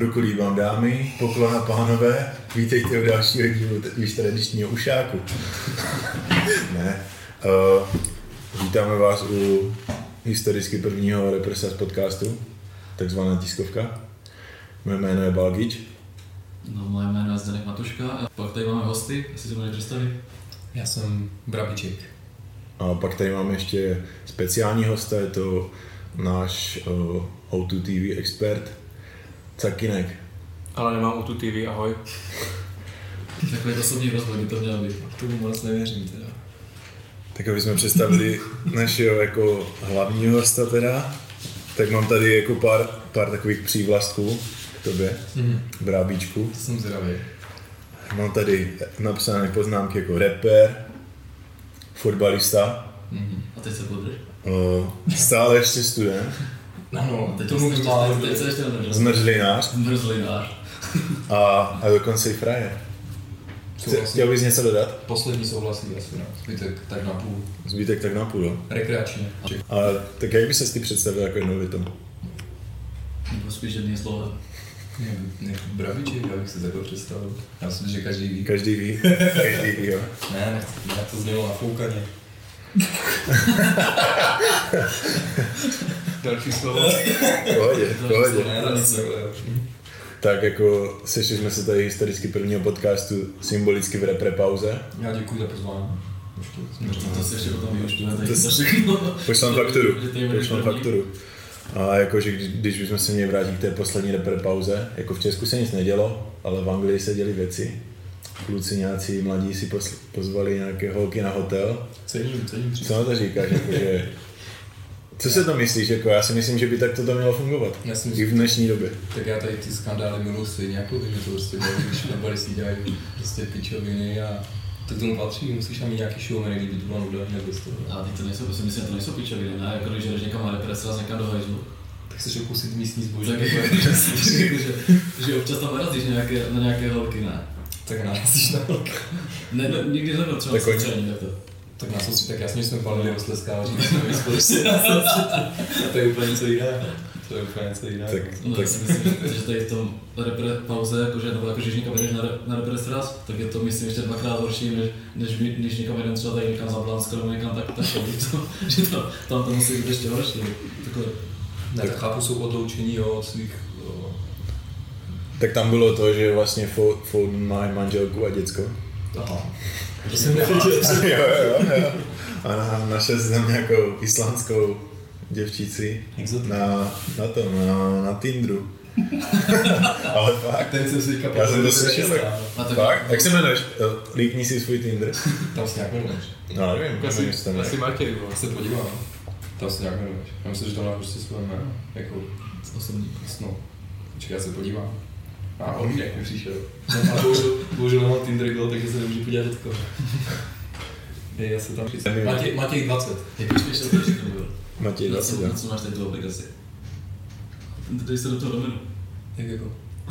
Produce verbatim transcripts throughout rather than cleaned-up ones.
Rukolí vám dámy, poklona pánové, vítejte u dalšího dílu již tradičního ušáku. ne. Uh, vítáme vás u historicky prvního Represas podcastu, takzvaná tiskovka. Moje jméno je Balgič. No, moje jméno je Zdeněk Matuška a pak tady máme hosty, jestli se můžete představit. Já jsem Brabiček. A pak tady máme ještě speciální hosta, je to náš uh, O dva T V expert, Cakinek. Ale nemám O dva T V, ahoj. Takový osobní rozvoj by to mělo být. K tomu moc nevěřím teda. Tak aby jsme představili našeho jako hlavního hosta teda, tak mám tady jako pár, pár takových přívlastků k tobě, mm. Brábíčku. To jsem zvědavý. Mám tady napsané poznámky jako rapper, fotbalista, Mm-hmm. A teď se podrž? uh, stále ještě student, Ano, teď to mluvíš stále. Teď se ještě nedržel. zmrzlinář Zmrzlinář. a, a dokonce i frajer. Chtěl bys něco dodat? Poslední souhlasí asi, no. Zbytek tak na půl. Zbytek tak na půl, jo? Rekreačně. Ale tak jak by ses ty představil jako jednou větou? Nebo spíš jedný slovo. Ne, Brabiček, já bych se takhle představil. Já myslím, že každý ví. Každý ví, každý ví, jo. Ne, nechci, já to znělo na foukaně. Další slovo. Pohodě, pohodě. Ne, to nic takhle, jo. Tak jako sešli jsme se tady historicky prvního podcastu symbolicky v repre pauze. Já děkuji za pozvání. To, to si ještě potom vyuštíme, tady To to si- všechno. Pošlám fakturu, Že tady bude pošlám první. fakturu. A jakože když, když bychom se měli vrátit k té poslední repre pauze, jako v Česku se nic nedělo, ale v Anglii se děly věci. Kluci nějací mladí si posl- pozvali nějaké holky na hotel. Cením, cením. Co na to říkáš, jakože... Co se to myslíš, jako já si myslím, že by tak toto mělo fungovat. Já si I myslím, v dnešní době. tak já tady ty skandály miluji stejně, jako vy, mě to prostě baví, když na bary si dělají prostě pičoviny a to k tomu patří, musíš tam mít nějaký showmany, kdyby to byla nuda, nebo z toho. A teď to nejsou, myslím, že to nejsou pičoviny, ne? Jako když jdeš někam na repres, raz někam do hajzlu. Tak chceš okusit místní zboží. Tak jako, že, že občas tam narazíš nějaké, na nějaké holky, ne? Tak narazíš na holky. Ne, ne nikdy nebyl třeba Tak oni- sestření, tak to. Tak na soustředí, tak jasně, že jsme palili rostleskáři, tak jsme byli společně na soustředí. To je úplně něco jiného. To je úplně něco jiného. Tak, No, tak tak si myslím, že tady v tom repre pauze, jakože, nebo jako, když někam jdeš na, re- na repres raz, tak je to myslím ještě dvakrát horší, než, než my- když někam jdem třeba tady někam za Blánsko nebo někam tak, tak to, že to, tam to musí být ještě horší. Takhle. Ne, tak chápu, jsou odloučení jo, od svých... Jo. tak tam bylo to, že vlastně foud má manželku a děcko. Aha. To jsem nevěděl. jo, jo, jo. A na, našel jsem nějakou islandskou děvčici Jak se to- na, na tom, na, na Tinderu. Ale fakt. Ten jsem si říkal, Já jsem to protože slyšel. šestá. A tak, Fakt? Jak se jmenuješ? Eh, Líkni si svůj Tinder. Tam se nějak jmenuješ. No nevím, Asi, nevím, jestli tam asi je. Matěj, vole. Já se podívám. Tam se nějak jmenuješ. Já myslím, že to má prostě svoje jméno. Jako, osobní. no. Počkej, já se podívám. A on jak mi přišel. No, a bohužel, bohužel nemám Tinder Go, takže se nemůžu podívat do toho. Je, já se tam přijdu. Matěj, Matěj dvacet. Jak už ještě to všechno bylo. Matěj Na dvacet, co, jo. na co máš tady tu aplikaci? Dej se do toho domenu. Jak jako?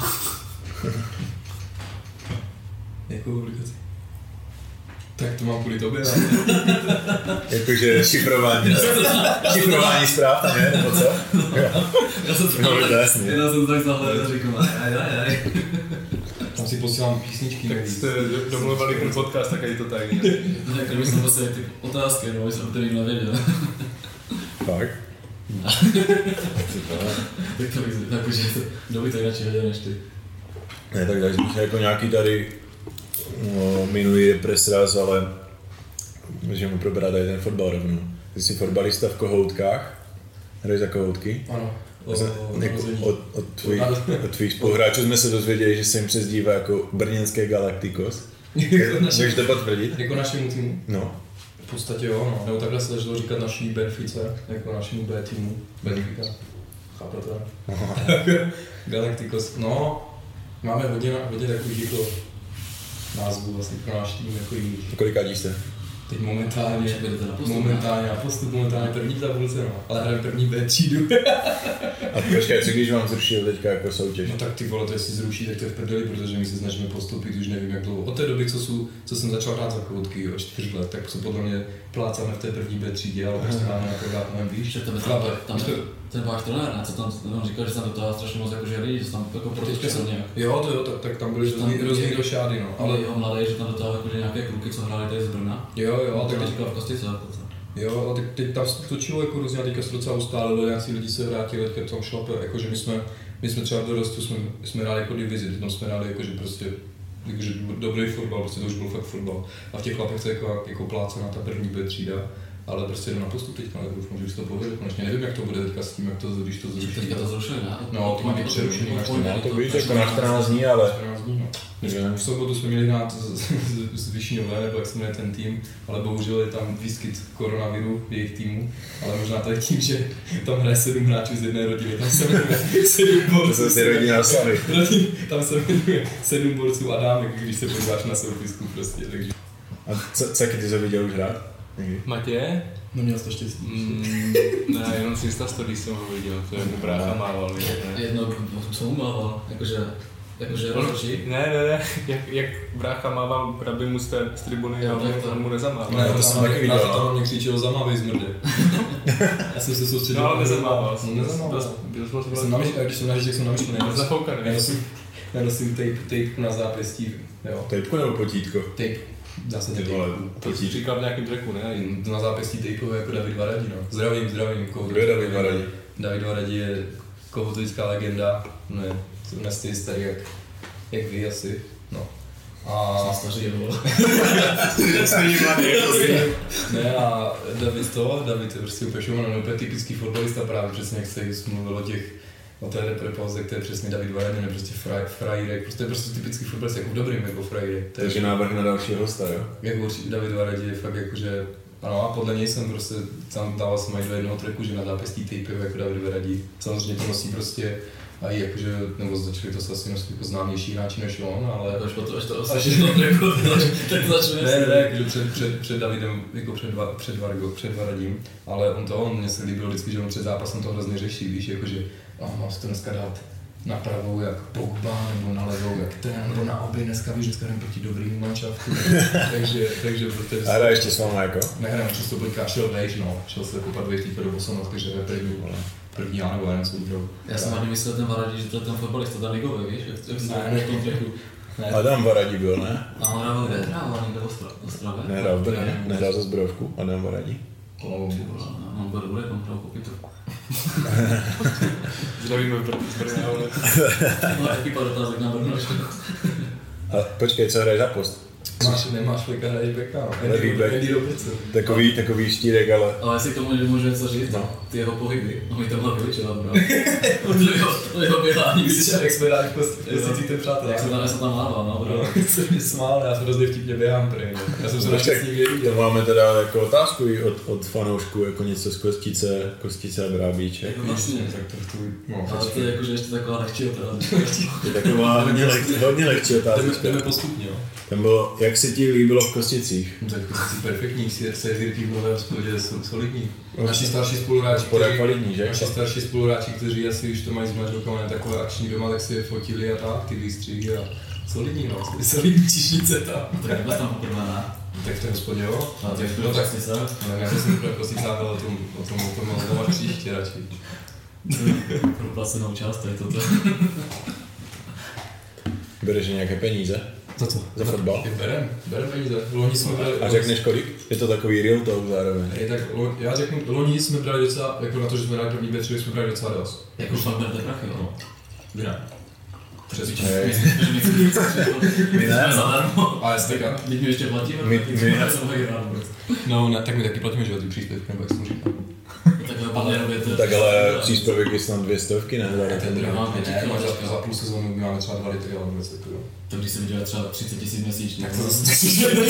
Jakou aplikaci? Tak to mám kvůli tobě, ne? Jakože šifrování. Šifrování zpráv tam je, nebo co? Já jsem to No, to je jasný. já jsem tak zahledal a říkám, aj, aj, aj. Tam si posílám písničky. Tak navíc. jste domluvali ten podcast, tak je to tak. To tak, kdyby jsem vlastně ty otázky, no, aby jsem to nikdo nevěděl. Fakt? Tak to bych, jakože, kdo by to jinak věděl než ty. Ne, tak dali jsme se jako nějaký tady no, minulý represraz, ale můžeme probrat tady ten fotbal rovnou. Ty jsi fotbalista v kohoutkách, hraješ za kohoutky. Ano. O, Za- o, jako narození. od, od, tvých, od tvých spoluhráčů jsme se dozvěděli, že se jim přezdívá jako brněnské Galacticos. Jako naši- Můžeš to potvrdit? Jako našemu týmu. No. V podstatě jo, no. Nebo takhle se dařilo říkat naší Benfice, jako našemu B týmu. Benfica. Chápete? Galacticos. No, máme hodně, hodně takových jako názvů vlastně pro náš tým, jako jiných. Kolikátí jste? Teď momentálně, Že budete na postup, momentálně na postup, momentálně první v tabulce, no. Ale hrajeme první B třídu. A počkej, co když vám zrušil teďka jako soutěž? No tak ty vole, to jestli zruší, tak to je v prdeli, protože my se snažíme postoupit už nevím jak dlouho. Od té doby, co, jsou, co jsem začal hrát za koutky, jo, čtyři let, tak se podle mě plácáme v té první B třídě, ale prostě máme jako hrát mnohem výš. Že to bez Chlape, tam už to, ten váš trenér, ne? Co tam, on říkal, že tam do toho strašně moc jako želí, že tam jako protočil nějak. Jo, to jo, tak, tak tam byly různý rošády, no. Ale jeho mladý, že tam do toho jako nějaké kluky, co hráli tady z Brna. Jo, jo, a tak teď říkal v Kostice. Jo, a teď, teď tam se točilo jako různě, teďka se docela ustálilo, nějaký lidi se vrátili, teďka tam šlape, jakože my jsme, my jsme třeba dorostu, jsme, jsme hráli jako divizi, tam jsme hráli jakože prostě jakože dobrý fotbal, prostě to už byl fakt fotbal. A v těch chlapech se jako, jako plácená ta první B třída, ale prostě jdu na postup teďka, ale už můžu si to povedat konečně. Nevím, jak to bude teďka s tím, jak to, když to zruší. Teďka to zrušili, ne? No, to má být přerušený na čtrnáct dní. To víš, jako na čtrnáct dní, ale... čtrnáct dní, no. V sobotu jsme měli hrát s Višňové, nebo jak se jmenuje ten tým, ale bohužel je tam výskyt koronaviru v jejich týmu, ale možná to je tím, že tam hraje sedm hráčů z jedné rodiny, tam se jmenuje sedm borců. To jsou ty rodiny na slavy. Tam se jmenuje sedm borců a dámek, když se podíváš na soupisku prostě, takže. A co, co ty jsi viděl už hrát? Matě? No měl jsi to štěstí. Mm, ne, jenom si Insta stories jsem ho viděl, to je mu brácha mával, víš, ne? Jednou jsem mu mával, jakože, jakože rozhodčí. Ne, ne, ne, jak, jak brácha mával Rabi mu z té z tribuny a on, on mu nezamával. Ne, to jsem taky viděl. Tam mě křičelo zamávej zmrde. Já jsem se soustředil. No ale nezamával. No nezamával. Když jsem na říček, jsem namyšlený. Zafoukaný. Já nosím tape, tape na zápěstí, jo. Tapeko nebo potítko? Tape. Dá se ty tape. vole, To jsi říkal v nějakém tracku, ne? Na zápěstí tapeové jako David Varadí, no. Zdravím, zdravím. Kdo je David Varadí? David Varadí je kohotolická legenda, no je dnes ty starý jak, jak vy asi, no. A... Jsem staří, jo. Ne a David to, David je prostě úplně šumaný, úplně typický fotbalista právě, přesně jak se mluvil o těch, o té repauze, který je přesně David Varadí, ne prostě fraj, frajírek, prostě je prostě typický fotbalista, jako v dobrým, jako frajírek. Takže návrh na další hosta, jo? Jako David Varadí je fakt jakože, ano a podle něj jsem prostě, tam dával jsem aj do jednoho tracku, že na zápěstí tape jako David Varadí. Samozřejmě to nosí prostě a i jakože, nebo začali to se asi nosit jako známější hráči než on, ale... Až to, až to asi to tracku, tak to začne. Ne, ne, jakože před, před, před Davidem, jako před, va, před, Vargo, před Varadím, ale on to, on mně se líbilo vždycky, že on před zápasem to hrozně řeší, víš, jakože a mám si to dneska dát na pravou jak Pogba, nebo na levou jak ten, nebo na obě dneska, víš, dneska jdem proti dobrýmu manšaftu, takže, takže... protože... A hraješ ty s váma jako? Nehrám, často teďka šel vejš, no, šel se kopat vejš týka do Bosanov, takže je první, ale první já nebo já něco udělal. Já jsem ani myslel ten Varadí, že to je ten fotbalista, ten ligový, víš, jak, jak se v tom tracku. Adam Varadí byl, ne? A on hrál kde? Hrál někde v Ostravě? Nehrál v Brně, nehrál za Zbrojovku, Adam Varadí. Oh, on byl dobrý, on hrál Kopitu. Zdravíme v Brně, ale... No, jaký pár otázek na Brno ještě. A počkej, co hraješ za post? Máš, nemáš flika, hraješ beka, no. Levý back. Takový, takový štírek, ale... Ale jestli k tomu můžu něco říct, no. Ty jeho pohyby, on mi tohle vyličila, bro. To jeho běhání. Víš, jak jsme rádi posticíte přátelé. Jak se tam, se tam mával, no, bro. Jsem mě smál, já jsem hrozně vtipně běhám prý, no. Já jsem se naštěstí nikdy viděl. To máme teda jako otázku od, od fanoušků, jako něco z Kostice, Kostice a Brábíče. Jako vlastně, tak to tvůj, no. Ale to je jakože ještě taková lehčí otázka. Je taková hodně, lehčí, hodně lehčí otázka. Jdeme, jdeme postupně, jo. Tam bylo, jak se ti líbilo v Kosticích? No, tak Kostici perfektní, se hvězdí v nové hospodě, jsou solidní. Naši starší spoluhráči, kteří, kvalitní, že? naši starší spoluhráči, kteří asi už to mají s mladžokama, takové akční doma, tak si je fotili a tak, ty výstřihy a solidní, no, solidní čišnice tam. Tak nebyl tam poprvé, ne? Tak v té hospodě, jo. A ty no, tak si se? No, já jsem pro Kosticách, ale o tom, o tom, o tom, o tom až příště radši. Proplacenou část, to je toto. Bereš nějaké peníze? Za co? Za fotbal? Berem, berem peníze. Loni jsme brali... A řekneš kolik? Je to takový real talk zároveň. Je, tak, lo, já řeknu, loni jsme brali docela, jako na to, že jsme brali první betři, jsme brali docela dost. Jako fakt berte prachy, jo? Vy ne. Přesně. My ne, zadarmo. A jestli tak? Teď mi ještě platíme, my, my, já jsem vyhrál vůbec. No, ne, tak my taky platíme, že ty příspěvky, nebo jak jsem říkal. Takhle to. Tak ale příspěvek je snad dvě stovky, ne? Ne, máš za, za půl sezónu máme třeba dva litry, ale vůbec jako jo. To když se vydělá třeba třicet tisíc měsíčně. Tak to zase...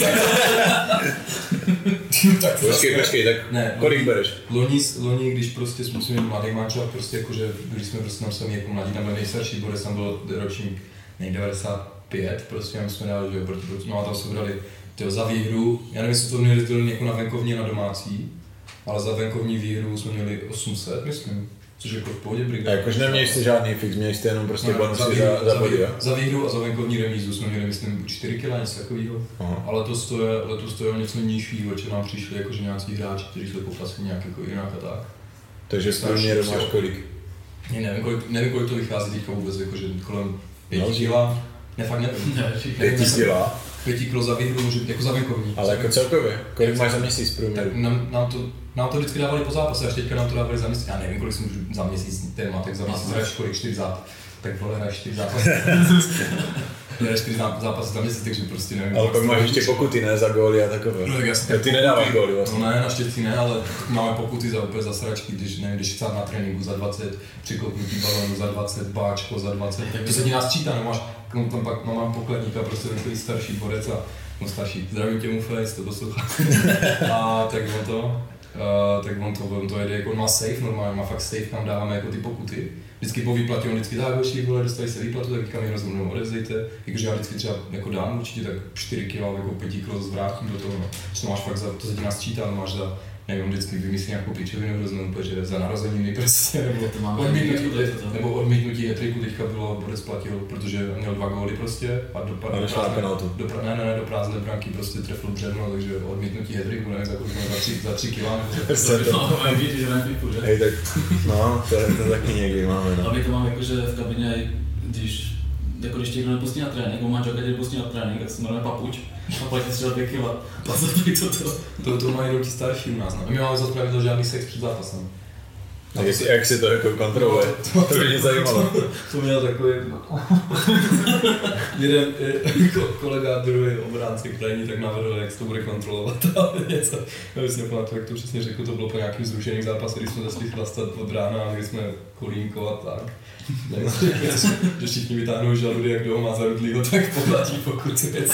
Počkej, počkej, tak ne, kolik bereš? Loni, loni, když prostě jsme měli mladý manžel, prostě jakože, když jsme prostě tam sami jako mladí, tam byl nejstarší, Boris tam byl ročník nej devadesát pět, prostě a my jsme dali, že jo, proti, no a tam jsme brali tyjo, za výhru, já nevím, jestli to měli to jako na venkovní, na domácí, ale za venkovní výhru jsme měli osm set, myslím. Což jako v pohodě brigáda. Jakože neměli jste žádný fix, měli jste jenom prostě bonusy za, za, za body, jo? Za výhru a za venkovní remízu jsme měli, myslím, čtyři kila, něco takového. Ale letos to je, letos to je něco nižší, že nám přišli jakože nějací hráči, kteří jsou poplaceni nějak jako jinak a tak. Takže v průměru máš kolik? Ne, nevím, kolik, nevím, kolik to vychází teďka vůbec, jakože kolem pěti No, kila. Ne, fakt nevím. Pěti kila? Pěti kilo za výhru, jako za venkovní. Ale jako celkově, kolik máš za měsíc v průměru? Nám, nám, to, nám to vždycky dávali po zápase, až teďka nám to dávali za měsíc. Já nevím, kolik jsem už za měsíc téma, tak za měsíc hraješ kolik, čtyři zápasy. Tak vole, hraješ čtyři zápasy. Hraješ čtyři zápasy za měsíc, takže prostě nevím. Ale pak máš ještě pokuty, ne, za góly a takové. No, tak jasně, ty nedáváš góly vlastně. No ne, naštěstí ne, ale máme pokuty za úplně za sračky, když nevím, když chcát na tréninku za dvacet, přikopnutí balónu za dvacet, báčko za dvacet, tak to se ti nás čítá, no máš, tam pak no, mám pokladníka, prostě takový starší borec a no starší, zdravím tě mu face, to poslouchá. A tak on to, Uh, tak on to, on to jede, jako on má safe normálně, má fakt safe, kam dáváme jako ty pokuty. Vždycky po výplatě, on vždycky dá další, vole, dostali se výplatu, tak kam mi rozhodnou, odevzdejte. Jakože já vždycky třeba jako dám určitě tak čtyři kila, jako pět kilo zvrátím do toho, no. To máš fakt za, to se ti nás čítá, máš za, nevím, vždycky vymyslí nějakou pičovinu hroznou, protože za narozeniny prostě, nebo odmítnutí, nebo odmítnutí hetriku teďka bylo, Borec platil, protože měl dva góly prostě a do, a do prázdné, do, do, ne, ne, ne, do prázdné branky prostě trefil břevno, takže odmítnutí hetriku, nevím, za kolik za tři, za tři kila, hej, tak, no, to, to taky někdy máme, no. A my to máme jakože v kabině, když jako když tě někdo nepustí na trénink, nebo manželka tě nepustí na trénink, tak se jmenuje papuč a platí třeba dvě kila. A co to to? To, to mají rodi starší u nás, no. My máme za pravidlo žádný sex před zápasem. A jak, jak si to jako kontroluje? To, to, to mě zajímalo. To měl takový jeden kolega, druhý obránce krajní, tak navrhl, jak se to bude kontrolovat a něco. Já bych si nepamatuju, jak to přesně řekl, to bylo po nějakým zrušených zápase, když jsme začali chlastat od rána a když jsme kolínko a tak. Že všichni vytáhnou žaludy, jak kdo má zarudlýho, tak poplatí pokud se něco.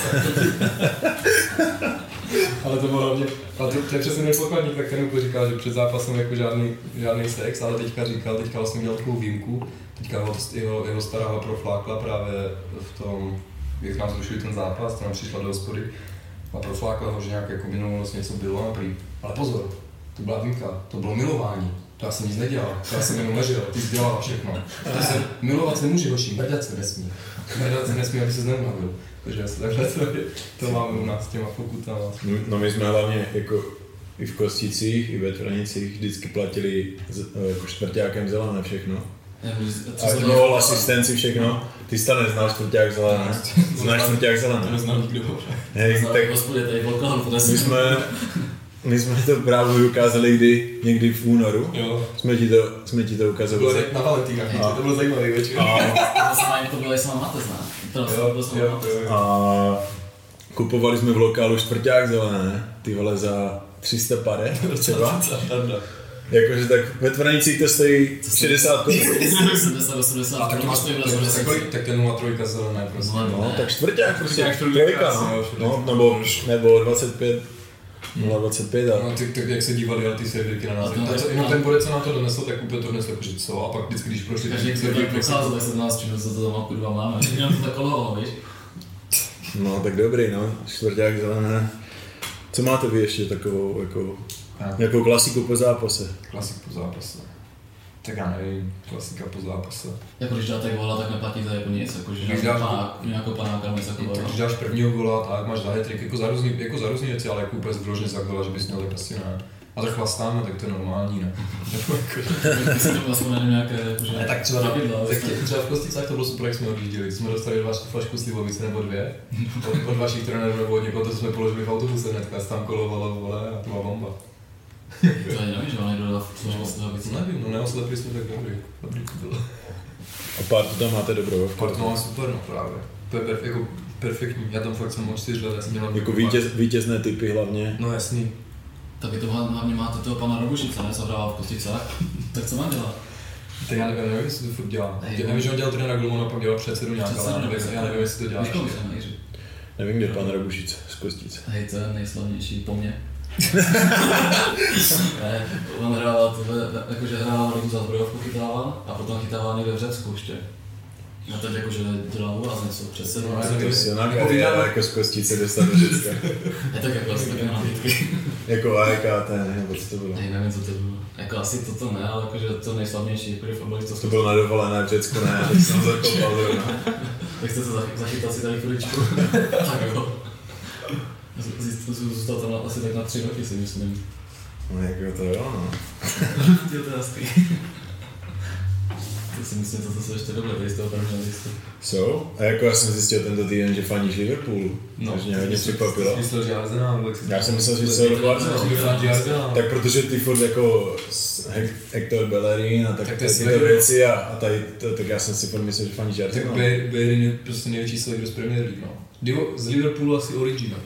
Ale to bylo hlavně, ale to, to je přesně ten pokladník, tak ten úplně říkal, že před zápasem jako žádný, žádný sex, ale teďka říkal, teďka vlastně měl takovou výjimku, teďka ho, jeho, jeho stará ho proflákla právě v tom, jak nám zrušili ten zápas, to nám přišla do hospody a proflákla ho, že nějak jako minulost něco bylo a prý. Ale pozor, to byla výjimka, to bylo milování. To já jsem nic nedělal, to já jsem jenom ležel, ty jsi dělala všechno. To se, milovat se může, hoši, mrdat se nesmí. Mrdat se nesmí, aby se zneuhavil. Takže já se takhle to, to máme u nás s těma pokutama. No my jsme hlavně jako i v Kosticích, i ve Tvrnicích vždycky platili jako čtvrťákem zelené všechno. A gól, asistenci, všechno. Ty jsi to neznáš, čtvrťák zelené. Znáš čtvrťák zelené? To neznám nikdo. Hej, tak my jsme, my jsme to právě ukázali kdy, někdy v únoru. Jo. Jsme ti to, jsme ti to ukazovali. Na Valentínách, to bylo zajímavý večer. To bylo i sama Matez, ne? A kupovali jsme v lokálu čtvrťák zelené, ty vole za tři sta pade, třeba. Jakože tak ve Tvrnicích to stojí šedesát korun. sedmdesát osmdesát. A tak to máš tak ten nula tři zelené prostě. No, tak čtvrťák prostě, trojka, no, nebo, nebo dvacet pět. nula dvacet pět a... No, ty, tak jak se dívali na ty servírky na nás, tak jenom ten borec se nám to donesl, tak úplně to donesl jakože co, a pak vždycky, když prošli... Každý se tak procházel, tak se do nás čím, co to tam kurva máme, jenom to tak kolovalo, víš? No, tak dobrý, no, čtvrťák zelené. Co máte vy ještě takovou, jako, nějakou klasiku po zápase? Klasik po zápase. Tak já nevím, klasika po zápase. Jako když dáte góla, tak neplatíte jako nic, jako že když dáš nějakou panáka nebo něco takového. Když dáš prvního góla, tak máš za hat-trick, jako za různý, jako za různý věci, ale jako úplně zdrožně za góla, že bys měl tak asi ne. A tak chlastáme, tak to je normální, ne? Ty si to aspoň nevím nějaké, jakože... Ne, tak třeba, tak třeba v Kosticách to bylo super, jak jsme odjížděli. Jsme dostali vaši flašku slivovice nebo dvě, od, od vašich trenérů nebo od někoho, to jsme položili v autobuse hnedka, tam kolovalo, vole, a to byla bomba. To ani nevíš, že on někdo dal flašku slivovice? Nevím, no neoslepili jsme tak dobrý, dobrý to bylo. A partu tam máte dobrou? Partu máme super, no právě. To je perf, jako perfektní, já tam fakt jsem od čtyř let, já jsem měl... Jako vítěz, vítězné typy hlavně? No jasný. Tak vy to hlavně máte toho pana Robušice, ne, co hrával v Kosticách, tak co mám dělat? Tak já nevím, nevím, jestli to furt dělá. Já nevím, že on dělal trenéra Glumona, pak dělal předsedu nějak, ale já nevím, já nevím, jestli to dělá ještě. Nevím, kde je pan Robušic z Kostic. Hej, to je nejslavnější po mně. Ne, on hrával, jakože hrával ligu za zbrojovku chytával a potom chytával někde v Řecku ještě. A teď jakože dělal u vás něco před sebou. No, to je silná kariéra, jako z Kostice dostat do Řecka. Je tak jako asi také nabídky. Jako A E K T, nebo co to bylo? Ne, nevím, co to bylo. Jako asi toto ne, ale jakože to nejslavnější, jakože fotbalista. To bylo na dovolené v Řecku, ne, tak jsem zakopal zrovna. Tak chcete zachytat si tady chviličku. Tak jo. Zůstal tam asi tak na tři roky, si myslím. No jako to jo, no. Ty otázky. To si myslím, to, to jsou ještě dobré, tady z toho prvního listu. Jsou? A jako já jsem zjistil tento týden, že faníš Liverpoolu. No, takže mě hodně překvapilo. Jsi myslel, že Arsenal? Já jsem myslel, že se do Arsenal. Tak protože ty furt jako Hector Bellerin a tak, tak tyto věci a, a tady, to, tak já jsem si furt myslel, že faníš Arsenal. Tak Bellerin je prostě největší sledující z Premier League, no. Divo, z Liverpoolu asi original.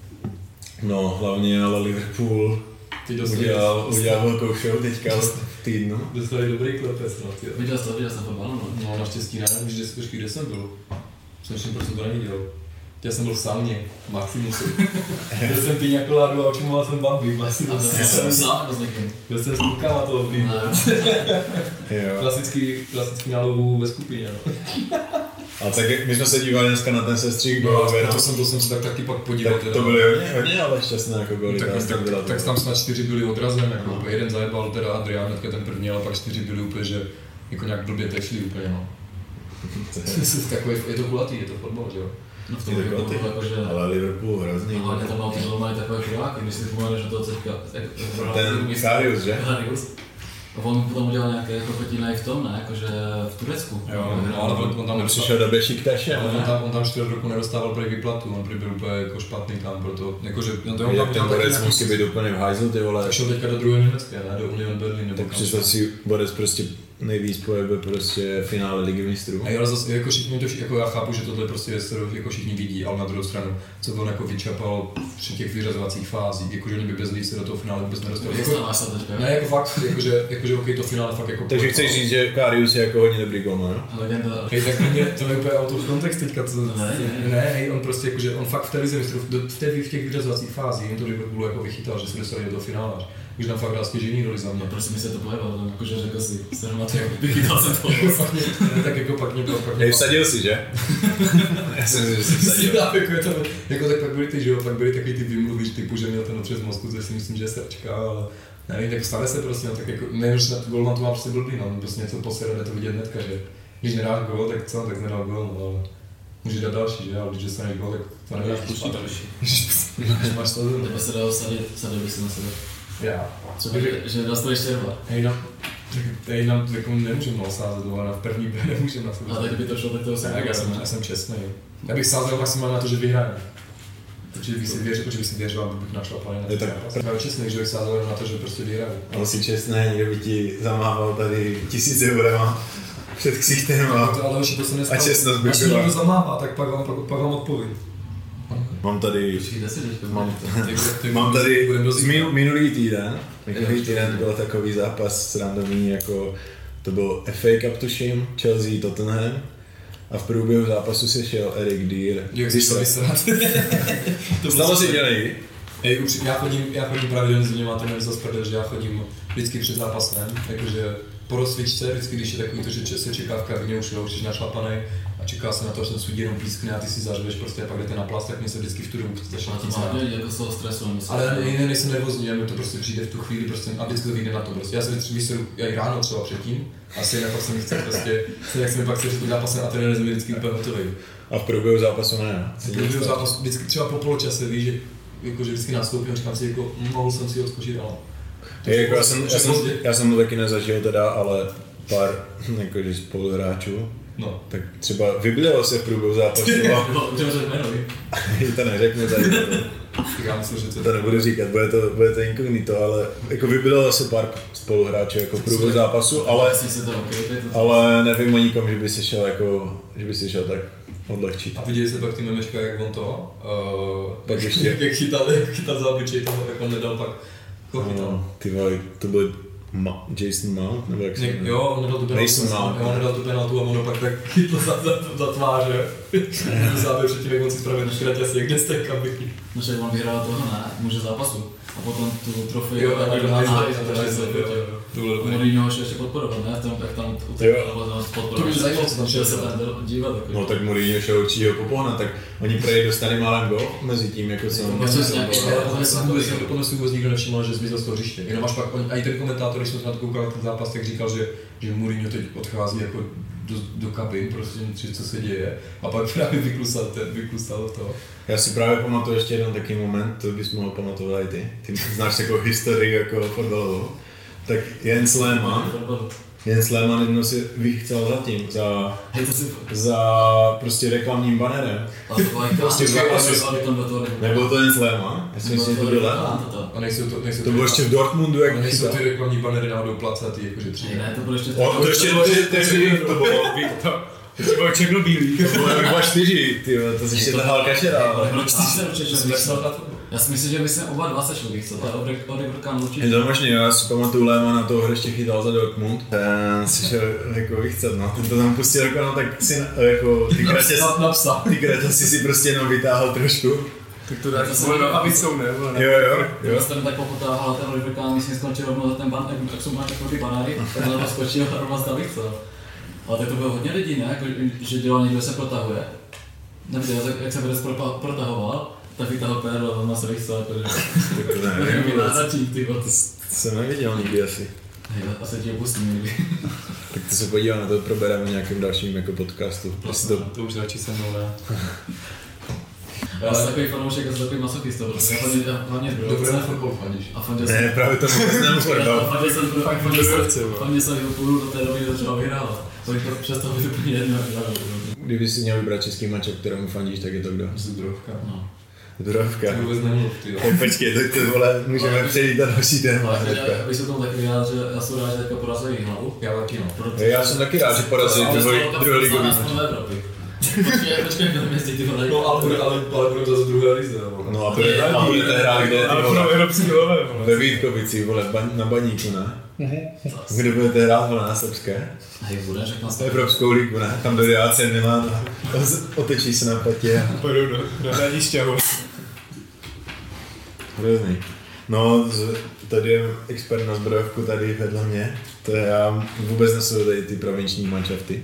No, hlavně ale Liverpool udělal, udělal velkou show teďka v týdnu. Dostali dobrý klepec, no. Viděl jsi to, viděl jsi to fotbal, no? No, naštěstí ne, už kde, počkej, kde jsem byl? Jsem ještě prostě to neviděl. Já jsem byl v sauně, Maximusu. Byl jsem píňa koládu a očumoval jsem bambi, Maximus. A to jsem sám nebo s někým? Byl jsem s klukama toho týmu. Klasický, klasický nálovů ve skupině, no. Ale tak my jsme se dívali dneska na ten sestřík golově, no. To jsem, to jsem se tak taky pak podíval. Tak to byly hodně, hodně ale šťastné jako goly. Tak, tak, tak, tak, tak tam snad čtyři byly odrazem, jako no. Jeden zajebal teda Adrián, hnedka ten první, ale pak čtyři byly úplně, že jako nějak blbě tečli úplně, no. Takový, je to kulatý, je to fotbal, že jo? No v tom je to jako, že... Ale Liverpool hrozný. No, ale tam mal ty mají takové chudáky, když si pomeneš, že to teďka... Ten Karius, že? Karius. A on potom udělal nějaké chochetiny i v tom, ne? Jakože v Turecku. Jo, no, ale on, on tam on přišel do Bešiktaše, on, on tam, on tam čtyři roku nedostával prý výplatu, on prý byl úplně jako špatný tam, proto, jakože... No to on tam, ten Borec musí být úplně v hajzlu, ty vole. Šel teďka do druhé německé, ne? Do Union Berlin nebo tak přišel si Borec prostě nejvíc pojebe prostě finále Ligy mistrů. A ale zase jako všichni to, jako já chápu, že tohle prostě je, jako všichni vidí, ale na druhou stranu, co on jako vyčapal při těch vyřazovacích fázích, jakože oni by bez lidí se do toho finále vůbec nedostali. Jako, ne, jako fakt, jakože, jakože okej, to finále fakt jako... Takže chceš říct, že Karius je jako hodně dobrý golman, jo? Legenda. Hej, tak mě, to je úplně out of context teďka, to, ne, ne, ne, hej, on prostě jakože, on fakt v té lize mistrů, v, té, v těch vyřazovacích fázích, jen to Liverpoolu jako vychytal, že se dostali do toho finále. Už tam fakt dá stěžení roli za mě. No, prostě mi se to pojebalo, jakože řekl si, se hmatě, jak vychytal jsem to. Ne, tak jako pak mě to pak mě... Hej, vsadil si, že? Já jsem si, že jsi vsadil. jako, je to, jako tak pak byly ty, že jo, pak byly takový ty výmluvy, typu, že měl ten otřes mozku, což si myslím, že je srdčka, ale nevím, tak stane se prostě, no, tak jako, nevím, že na tu golman to má prostě blbý, no, prostě něco posere, jde to vidět hnedka, že když nedáš gol, tak co, tak nedal gol, no, ale můžeš dát další, že, ale když dostaneš gol, tak to nedáš pustit další. Když máš to zem. Tebe se dal sadit, sadil bych si na sebe. Já. Co by, že dostaneš červa? Hej, no. Tady nám jako nemůžeme mal sázet, ale na první B nemůžeme na sebe. Ale tak by to šlo, tak to jsem já jsem, já jsem čestný. Já bych sázel maximálně na to, že vyhrajeme. Takže bych si věřil, že bych si věřil, aby bych našlapaný na to zápas. Já čestný, že bych sázel na to, že prostě vyhrajeme. Ale si čestný, někdo by ti zamával tady tisíc eurema před ksichtem a, ale hoši, to se nestalo. A čestnost by byla. Až někdo zamává, tak pak vám, pak, pak vám odpovím. Mám tady, si mám, mám tady z minulý týden, minulý týden byl takový zápas srandovní, jako to byl F A Cup tuším, Chelsea, Tottenham a v průběhu zápasu se šel Eric Dier. Jak jsi to vysrat? Stalo si dělej? Ej, už, já chodím, já chodím pravidelně z máte nevím zase prdel, že já chodím vždycky před zápasem, jakože po rozcvičce, vždycky když je takový to, že se čeká v kabině, už už jsi našlapanej a čeká se na to, že ten sudí jenom pískne a ty si zařveš prostě a pak jdete na plast, tak mě se vždycky v tu dobu začne nic znát. Jako z toho stresu, ale ne, nejsem nervózní, mi to prostě přijde v tu chvíli prostě a vždycky to vyjde na to prostě. Já se vyseru i ráno třeba předtím, asi jinak pak se mi chce prostě, jak se mi pak chce před tím zápasem a ten jsem vždycky úplně hotový. A v průběhu zápasu ne? V průběhu zápasu vždycky třeba po poločase, víš, že jakože vždycky nastoupím a říkám si, jako mohl jsem si odskočit, ale... Je, jako já, jsem, já, jsem, já jsem to taky nezažil teda, ale pár jakože spoluhráčů, no. Tak třeba vyblilo se v průběhu zápasu a... No, to jméno, to neřekne tady. Já myslím, že to... To nebudu říkat, bude to, bude to inkognito, ale jako vyblilo se pár spoluhráčů jako v průběhu zápasu, ale, ale nevím o nikom, že by si šel jako, že by si šel tak odlehčit. A viděli jste pak ty memečka, jak on to, uh, pak ještě... jak chytal, jak chytal za obličej toho, jak on nedal pak, koho chytal? No, ty vole, to byl Ma- Jason Mount, nebo jak se jmenuje? Jo, on nedal tu penaltu, on nedal tu penaltu a on pak tak chytl za, za, za tváře. Záběr předtím, jak on si spravil na škratěsi, jak děste kabiky. No však on vyhrál toho, ne, muže zápasu. A potom tu trofej jo, a někdo náhájí, to bylo Mourinho ho ještě podporovat, ne? Tam, jak tam podporovat. To mě zajímalo, co tam šel se tam dívat. No tak Mourinho šel určitě ho popohnat, tak oni prej dostali málem gol mezi tím, jako co... Potom si vůbec nikdo nevšiml, že zmizel z toho hřiště. Jenom až pak, a i ten komentátor, když jsem na to koukal ten zápas, tak říkal, že, že Mourinho teď odchází jako do, do kabin, prostě co se děje a pak právě vyklusal, ten, vyklusal to. Já si právě pamatuju ještě jeden takový moment, to bys mohl pamatovat i ty. Ty znáš jako historii jako fotbalovou. Tak Jens Lehmann, Jens Lehmann jednou si vychcel za tím, za, za prostě reklamním banerem. Prostě nebyl to Jens Lehmann, já si myslím, že to byl Lehmann. A nejsou to, nejsou to bylo ještě v Dortmundu, jak nejsou ty reklamní banery náhodou placatý, jakože tři. Ne, to bylo ještě... To ještě to bylo, to bylo černobílý. To bylo jak dva čtyři, tyjo, to si ještě tahal kačera. Já si myslím, že my jsme oba dva sešli, co to je Oliver Kahn určitě. Je to možný, já si pamatuju Lehmanna toho hřeště chytal za Dortmund. Ten si šel jako vychcet, no. Ten to tam pustil jako, no tak si jako ty kratě, ty kratě si si prostě jenom vytáhl trošku. Tak to dáš to na avicou, ne? Jo, jo, jo. Když jsem tak popotáhal ten Oliver Kahn, myslím, skončil rovnou za ten ban, tak jsou máš takový banáry, tak na to skočil a rovnou stavit, co? Ale tak to bylo hodně lidí, ne? Jako, že dělal někdo se protahuje. Neviděl, jak se Brez protahoval. Tak vytáhl perlo a má se vychcel, jakože... Tak to nevím, to jsem neviděl nikdy asi. Hej, asi ti opustím někdy. Tak to se podívám, na to probereme v nějakém dalším jako podcastu. To, to už radši se mnou ne. Já jsem takový fanoušek, já jsem takový masochista, protože já hlavně Dobré na fotbal fandíš. A fandil jsem... Ne, právě to vůbec nemůžu fotbal. Fandil jsem fandil jsem Liverpoolu do té doby, kdy to třeba vyhrál. To bych přestal být úplně jedno. Kdyby si měl vybrat český mač, kterému fandíš, tak je to kdo? Zdrovka. No. Zdrovka. To vůbec nemluv, ty jo. Tak počkej, tak to vole, můžeme přejít na další téma hnedka. Já bych se tomu taky vyjádřil, že já jsem rád, že teďka porazili hlavu. Já taky no. Já jsem taky rád, že porazili druholigový mač. Počkej, počkej, budeme jezdit ty vole. No ale, ale, ale budeme zase druhé lize, vole. No a budete hrát kde, ty vole? Ve Vítkovicích, vole, na Baníku, ne? Kde budete hrát, vole, na srbské? Hej, bude, řekl nás to. Evropskou ligu, ne? Tam do D A C nemá, otočí se na patě. Půjdou do, do Hradišťahu. Hrozný. No, tady je expert na zbrojovku tady vedle mě. To je, já vůbec nesleduji tady ty provinční manšafty.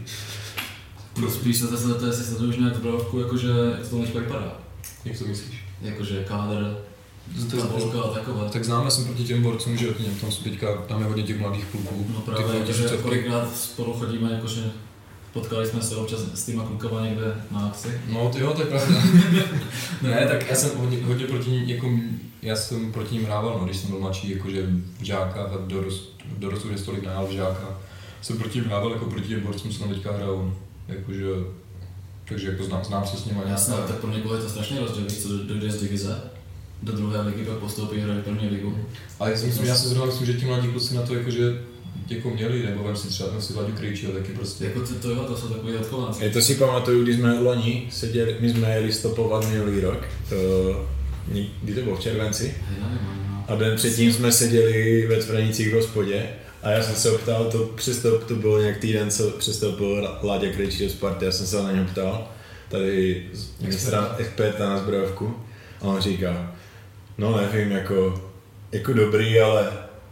No spíš se to jestli sleduješ nějak zbrojovku, jakože, jak to teďka vypadá. Jak to myslíš? Jakože kádr, tabulka a takové. Tak známe jsem proti těm borcům, že tam jsou teďka, tam je hodně těch mladých kluků. No právě, jakože kolikrát spolu chodíme, jakože potkali jsme se občas s týma klukama někde na akci. No ty jo, to je pravda. Ne, tak já jsem hodně, hodně proti ní, jako, já jsem proti ním hrával, no, když jsem byl mladší, jakože v žáka, v dorostu, v dorostu kde stolik nahrál v žáka. Jsem proti ním hrával, jako proti těm borcům, co tam teďka hrajou, jakože, takže jako znám, znám se s nimi. Jasně, tak pro někoho je to strašně rozdíl, víš, co dojde z divize, do druhé ligy, pak postoupí hrají první ligu. Ale já si myslím, já si zrovna myslím, že ti mladí kluci na to jakože jako měli, nebo vem si třeba, vem si Vlaďu Krejčího taky prostě. Jako to, to jo, to jsou takový odchovanci. Je to si pamatuju, když jsme loni seděli, my jsme jeli stopovat minulý rok, to, kdy to bylo v červenci, a den předtím jsme seděli ve Cvrnicích v hospodě a já jsem se optal, to přestop, to bylo nějak týden, co přestoupil Láďa Krejčí do Sparty, já jsem se na něho ptal, tady ministra experta na zbrojovku, a on říká, no nevím, jako, jako dobrý, ale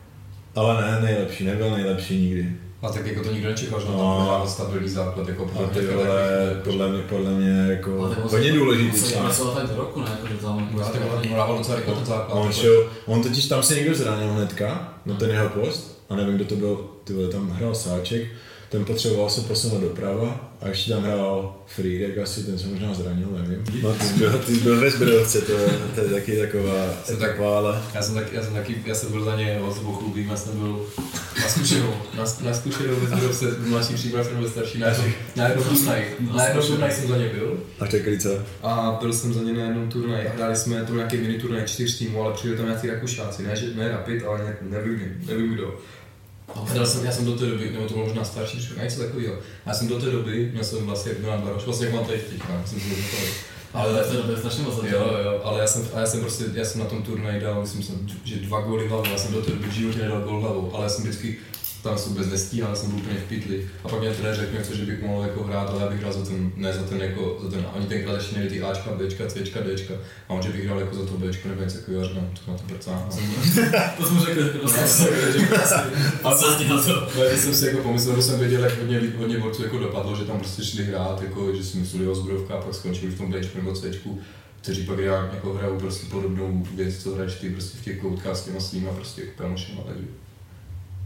ale ne, nejlepší, nebyl nejlepší nikdy. A tak jako to nikdo nečekal, že no, tam bude dávat stabilní základ, jako a ty vole, podle mě, podle mě jako hodně důležitý čas. Ale to tak do roku, ne, jako že tam... Já tak on hrával docela rychle ten základ. On šel, on totiž tam se někdo zranil hnedka, na ten jeho post, a nevím, kdo to byl, ty vole, tam hrál Sáček, ten potřeboval se posunout doprava a ještě tam hrál Friedek asi, ten se možná zranil, nevím. No ty jsi byl, ty jsi byl ve zbrojovce, to, to je taky taková etapa, ale... Já jsem, tak, já jsem taky, já jsem byl za něj osobou chlubím, já jsem byl na zkušenou, na, na zkušenou ve zbrojovce, mladší příprav nebo starší, na jednou turnaj, na jednou turnaj jsem za ně byl. A čekali co? A byl jsem za ně na jednom turnaj, hráli jsme to nějaký mini turnaj čtyř týmů, ale přijeli tam nějaký Rakušáci, ne, že ne Rapid, ale ne, nevím, nevím kdo. Já jsem, já jsem do té doby, nebo to bylo možná starší člověk, něco takového. Já jsem do té doby, měl jsem vlastně jak Milan Baroš, vlastně jak mám tady teďka, jsem byl takový. Ale v té době je strašně moc. Jo, jo, ale já jsem, a já jsem prostě, já jsem na tom turnaji dal, myslím, že dva góly hlavou, já jsem do té doby v životě nedal gól hlavou, ale já jsem vždycky tam se vůbec nestíhal, jsem byl úplně v pytli. A pak mě trenér řekl něco, že bych mohl jako hrát, ale já bych hrál za ten, ne za ten jako, za ten, oni tenkrát ještě měli ty Ačka, Bčka, Cčka, Dčka, a on, že bych hrál jako za to Bčko nebo něco takového, říkám, to na to prcám. To jsem řekl, to jsem řekl, a co jsi dělal to? No, jsem si jako pomyslel, že jsem věděl, jak hodně, hodně borců jako dopadlo, že tam prostě šli hrát, jako, že si mysleli o zbrojovka a pak skončili v tom Bčku nebo Cčku, kteří pak jako hrajou prostě podobnou věc, co hraješ ty prostě v těch koutkách s těma svýma prostě jako kamošima, takže.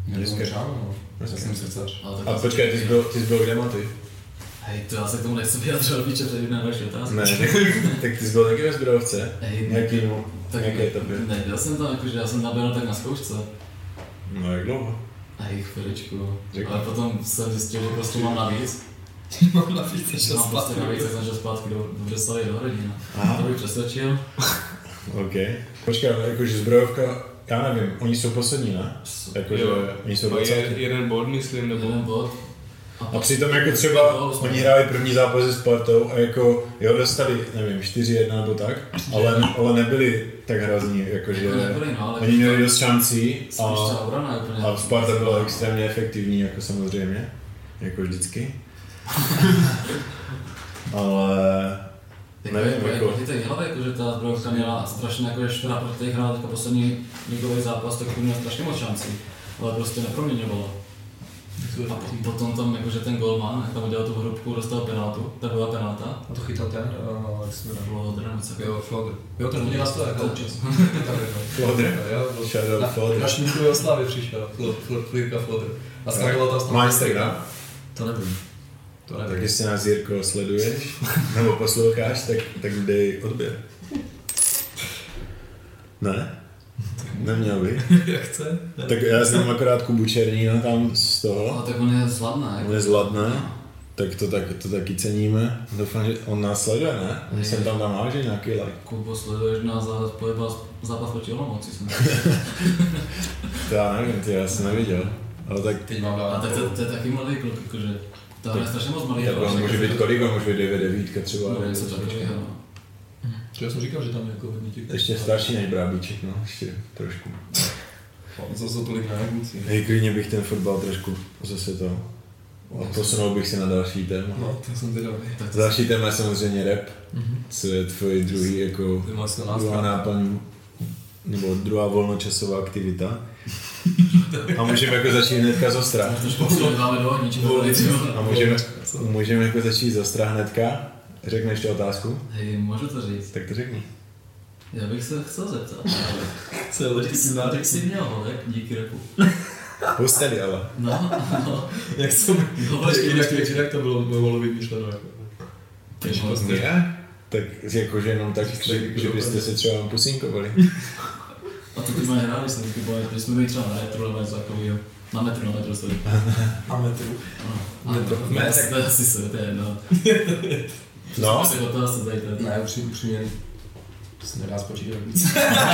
Měli jsme žáno, no. Já jsem srdcař. A počkej, ty jsi byl, ty jsi byl kde, Maty? Hej, to já se k tomu nechci vyjadřovat, víče, před jedné další otázky. Ne, tak, tak ty jsi byl taky ve zbrojovce? Hej, Nějaký, no, tak nějaké etapy? Ne, byl jsem tam, jakože já jsem nabil tak na zkoušce. No jak dlouho? Hej, chviličku. Řekni. Ale potom jsem zjistil, že prostě mám navíc. Mám navíc, než Mám prostě navíc, tak jsem šel zpátky do, do Břeclavy, do Hradina. Aha. To bych přesvědčil. OK. Počkej, ale jakože zbrojovka, já nevím, oni jsou poslední, ne? Jakože oni jsou Mají dvacátí. jeden bod, myslím, nebo... Jeden bod. A přitom jako třeba oni hráli první zápas se Spartou a jako jo dostali, nevím, čtyři jedna nebo tak, ale, ale nebyli tak hrozní, jakože Jako nebyli, no, ale oni měli dost šancí Spíš a, ta obrana je úplně... a Sparta byla extrémně efektivní, jako samozřejmě, jako vždycky. Ale Jako nevím, je, jako... jako... Ty hlavy, jakože ta zbrojovka měla strašně, jako že škoda, protože teď hrál teďka poslední ligový zápas, tak měl strašně moc šancí, ale prostě neproměňovalo. A po- potom tam jakože ten golman, jak tam udělal tu hrubku, dostal penaltu, to byla penalta. A to chytal ten, uh, jak se jmenuje? Bylo Drnce. Jo, Flodr. Jo, ten udělal to jako občas. Flodr? Jo, Shadow na, Flodr. na Šmídkové oslavě přišel, Flodrka Flodr. A skákala tam... Má Instagram? To nevím. To Tak nevím. jestli nás, Jirko, sleduješ nebo posloucháš, tak, tak dej odběr. Ne? Neměl by. Jak chce? Tak já znám akorát Kubu Černína tam z toho. Ale tak on je zladná. On je zladný, tak to, tak to taky ceníme. Doufám, že on nás sleduje, ne? On Je. jsem tam tam má, že nějaký like. Kubo, sleduješ nás za pojebal zápas proti Olomouci jsem. To já nevím, ty já jsem neviděl. Ale tak, Teď mám A dát. tak to, to je taky mladý kluk, jakože. To je strašně moc malý. tak on může být kolik, on může být devět devítka třeba. No, nebo něco něco takového, takového. no. Já jsem říkal, že tam je jako hodně těch. Ještě starší než Brábíček, no, ještě trošku. Zase tolik nemusí. Hej, klidně bych ten fotbal trošku zase to. A posunul bych se na další téma. No, to jsem teda. Tak to Další téma je samozřejmě rap, Mhm. co je tvoje druhý jako Ty máš to druhá nástroj. náplň, nebo druhá volnočasová aktivita. A můžeme jako začít hnedka z ostra. trošku přidáváme do ohníčku. A můžeme, můžeme jako začít z ostra hnedka. Řekneš tu otázku? Hej, můžu to říct. Tak to řekni. Já bych se chcel zeptat. Co je Jak jsi, jak jsi měl holek díky rapu? Posteli ale. No, no. Jak jsem. No, počkej, Jak, počkej. jak, jak to bylo, bylo vymýšleno jako. Ty Jako moc. Ne? Tak jakože jenom tak, že, že byste se třeba pusínkovali. A to ty máš hráli, jsem taky bojil, že jsme byli třeba na retro nebo něco takového. Na metru, na metru sorry. A metru. No, Metro. to je asi- to je asi se, to je jedno. No, Jsem se o to asi zajít. Ne, upřímně, upřímně, to se nedá spočítat víc.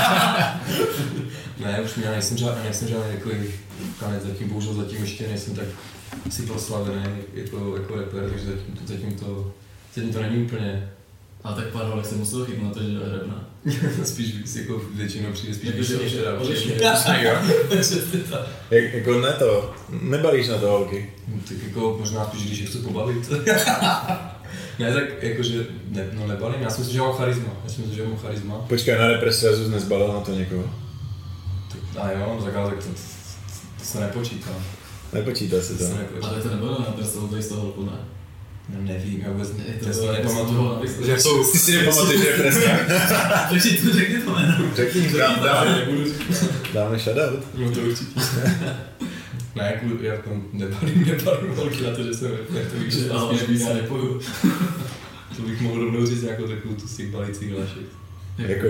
Ne, upřímně, já nejsem žádný, nejsem žádný jako kanec, zatím, bohužel zatím ještě nejsem tak si proslavený jako, jako rapper, takže zatím, to, zatím to, zatím to není úplně, A tak pár holek se musel chytnout na to, že je repna. spíš víc, jako většinou přijde spíš Jakože víc, než teda odlišně. určitě. Jak, jako ne to, nebalíš na to holky. Tak jako možná spíš, když je chci pobavit. Ne, tak jakože, ne, no nebalím, já si myslím, že mám charisma, já si myslím, že mám charisma. Počkej, na represrazu nezbalil na to někoho. A jo, mám zakázek, to, to se nepočítá. Nepočítá se To to. se nepočítá. Ale to nebylo na prstu, to je z toho holku, ne? No, nevím, já vůbec Ne, to já si bylo- nepamatuju. to bylo- Že jsou... Ty si nepamatuješ represa? Takže to řekni to jméno. Řekni, dá- dáme, dáme shoutout. No to určitě. Ne, jako já tam nebalím, nebalím holky na to, že jsem ne, to víš, že Ale spíš já víc se nepoju. To bych mohl rovnou říct nějakou takovou tu z těch balících hlášek. Jako,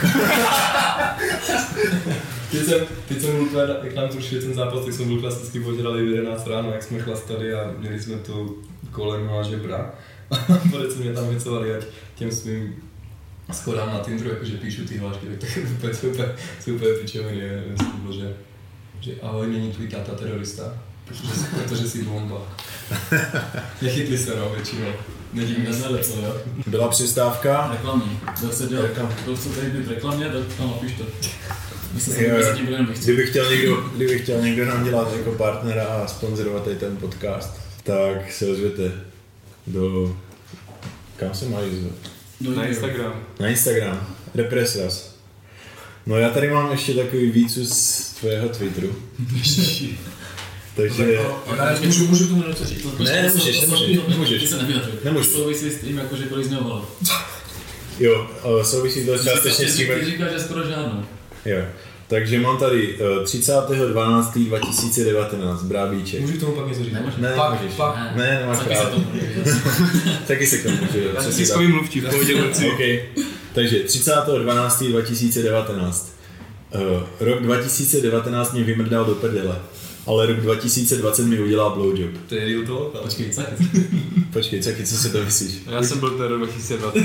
Teď jsem, teď jsem byl, teda, jak nám zrušili ten zápas, tak jsem byl klasicky podělali v jedenáct ráno, jak jsme chlastali a měli jsme to koleno a žebra. A pořád se mě tam vycovali, ať těm svým schodám na Tinderu, jakože píšu ty hlášky, tak to je úplně super, super pičoviny, nevím, jestli to bylo, že, že ahoj, není tvůj táta terorista, protože, protože jsi bomba. Nechytli se, no, většinou. Nedivím se. Neznali, co jo? byla přestávka. Reklamní. Kdo chce dělat, Reklam. kdo chce tady být reklamně, tak tam napiš to. Myslím si, Jo, jo. že tím budeme bych Kdyby chtěl, někdo, kdyby chtěl někdo nám dělat jako partnera a sponzorovat tady ten podcast, tak se ozvěte do... Kam se mají zvat? Na Instagram. Na Instagram. Represras. No já tady mám ještě takový výcud z tvého Twitteru. Takže... Můžu, můžu tomu něco říct? Ne, nemůžeš, nemůžeš, nemůžeš. Ty se nevyjadřuj. Nemůžu. Souvisí s tím, jakože kolik z něho volal. Jo, ale souvisí to částečně s tím, Ty jak... říkáš, že skoro žádnou. Jo. Takže mám tady uh, třicátého dvanáctého dva tisíce devatenáct, Brábíček. Můžu k tomu pak něco říct? Nemůžeš. Ne, Pak, můžeš. pak. Ne, Ne, nemáš taky se právo. to může. Taky se k tomu může. Já jsem přesně tiskový mluvčí v pohodě Luci. tak. Okay. Takže třicátého dvanáctého dva tisíce devatenáct. Uh, rok dva tisíce devatenáct mě vymrdal do prdele, ale rok dva tisíce dvacet mi udělá blowjob. To je real talk. Počkej, co? Počkej, Caky, co si to myslíš? Já jsem byl ten rok dva tisíce dvacet.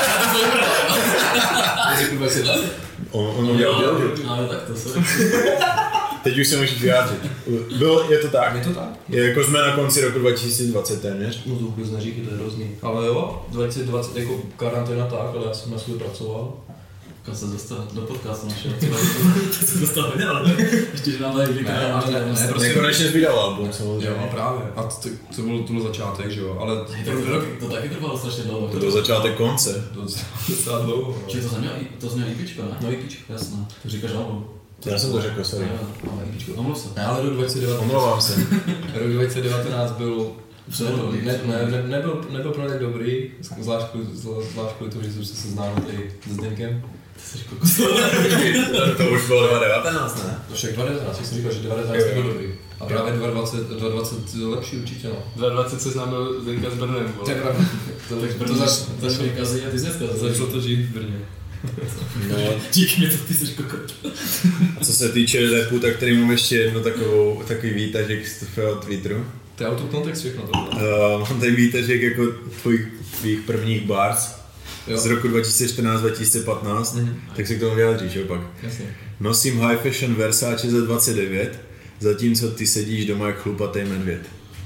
On, on udělal blowjob. Ale tak to sorry. Teď už se můžeš vyjádřit. Bylo, je to tak? Je to tak? Je, jako jsme na konci roku dva tisíce dvacet téměř. No to vůbec neříkej, to je hrozný. Ale jo, dvacet dvacet jako karanténa tak, ale já jsem na svůj pracoval. Kam se dostal do podcastu našeho. To se dostal hodně, ale ještě, že nám tady Ne, ale ne, ne, prostě- Nekonečně vydal album, Jo, samozřejmě. a právě. A to, to, byl, to byl začátek, že jo, ale To, to, to taky trvalo strašně dlouho. To byl začátek konce. to docela dlouho. no. Či to znamená, to znamená IPčko, ne? No IPčko. Jasné. To říkáš album. Já jsem to řekl, sorry. Jo, ale IPčko. Omluv se. Ne, ale rok dvacet devatenáct, Omlouvám se. rok dvacet devatenáct byl Předlohu. ne, ne, ne, nebyl, nebyl pro mě tak dobrý, zvlášť kvůli, zvlášť kvůli tomu, že jsem se seznámil s Zdeňkem. Ty jsi kokos. To už bylo dva devatenáct, ne? To však dvacet devatenáct, jsem říkal, že dvacet devatenáct byl dobrý. A právě dvacet dvacet, dvacet lepší určitě, no. dvacet dvacet se známil Zdenka s Brnem, To je vole. pravda. To, Tak to, první zač, začali kazy a ty jsi neskazil. začalo to žít v Brně. No, Díky mě, to ty jsi kokot. a co se týče rapu, tak tady mám ještě jednu takovou, takový výtažek z tvého Twitteru. To je out of context všechno to. Uh, mám tady výtažek jako tvojich, tvých prvních bars z roku dva tisíce čtrnáct dva tisíce patnáct, Mhm. tak se k tomu vyjádříš, jo pak. Jasně. Nosím high fashion Versace za dvacet devět, zatímco ty sedíš doma jak chlupatej medvěd.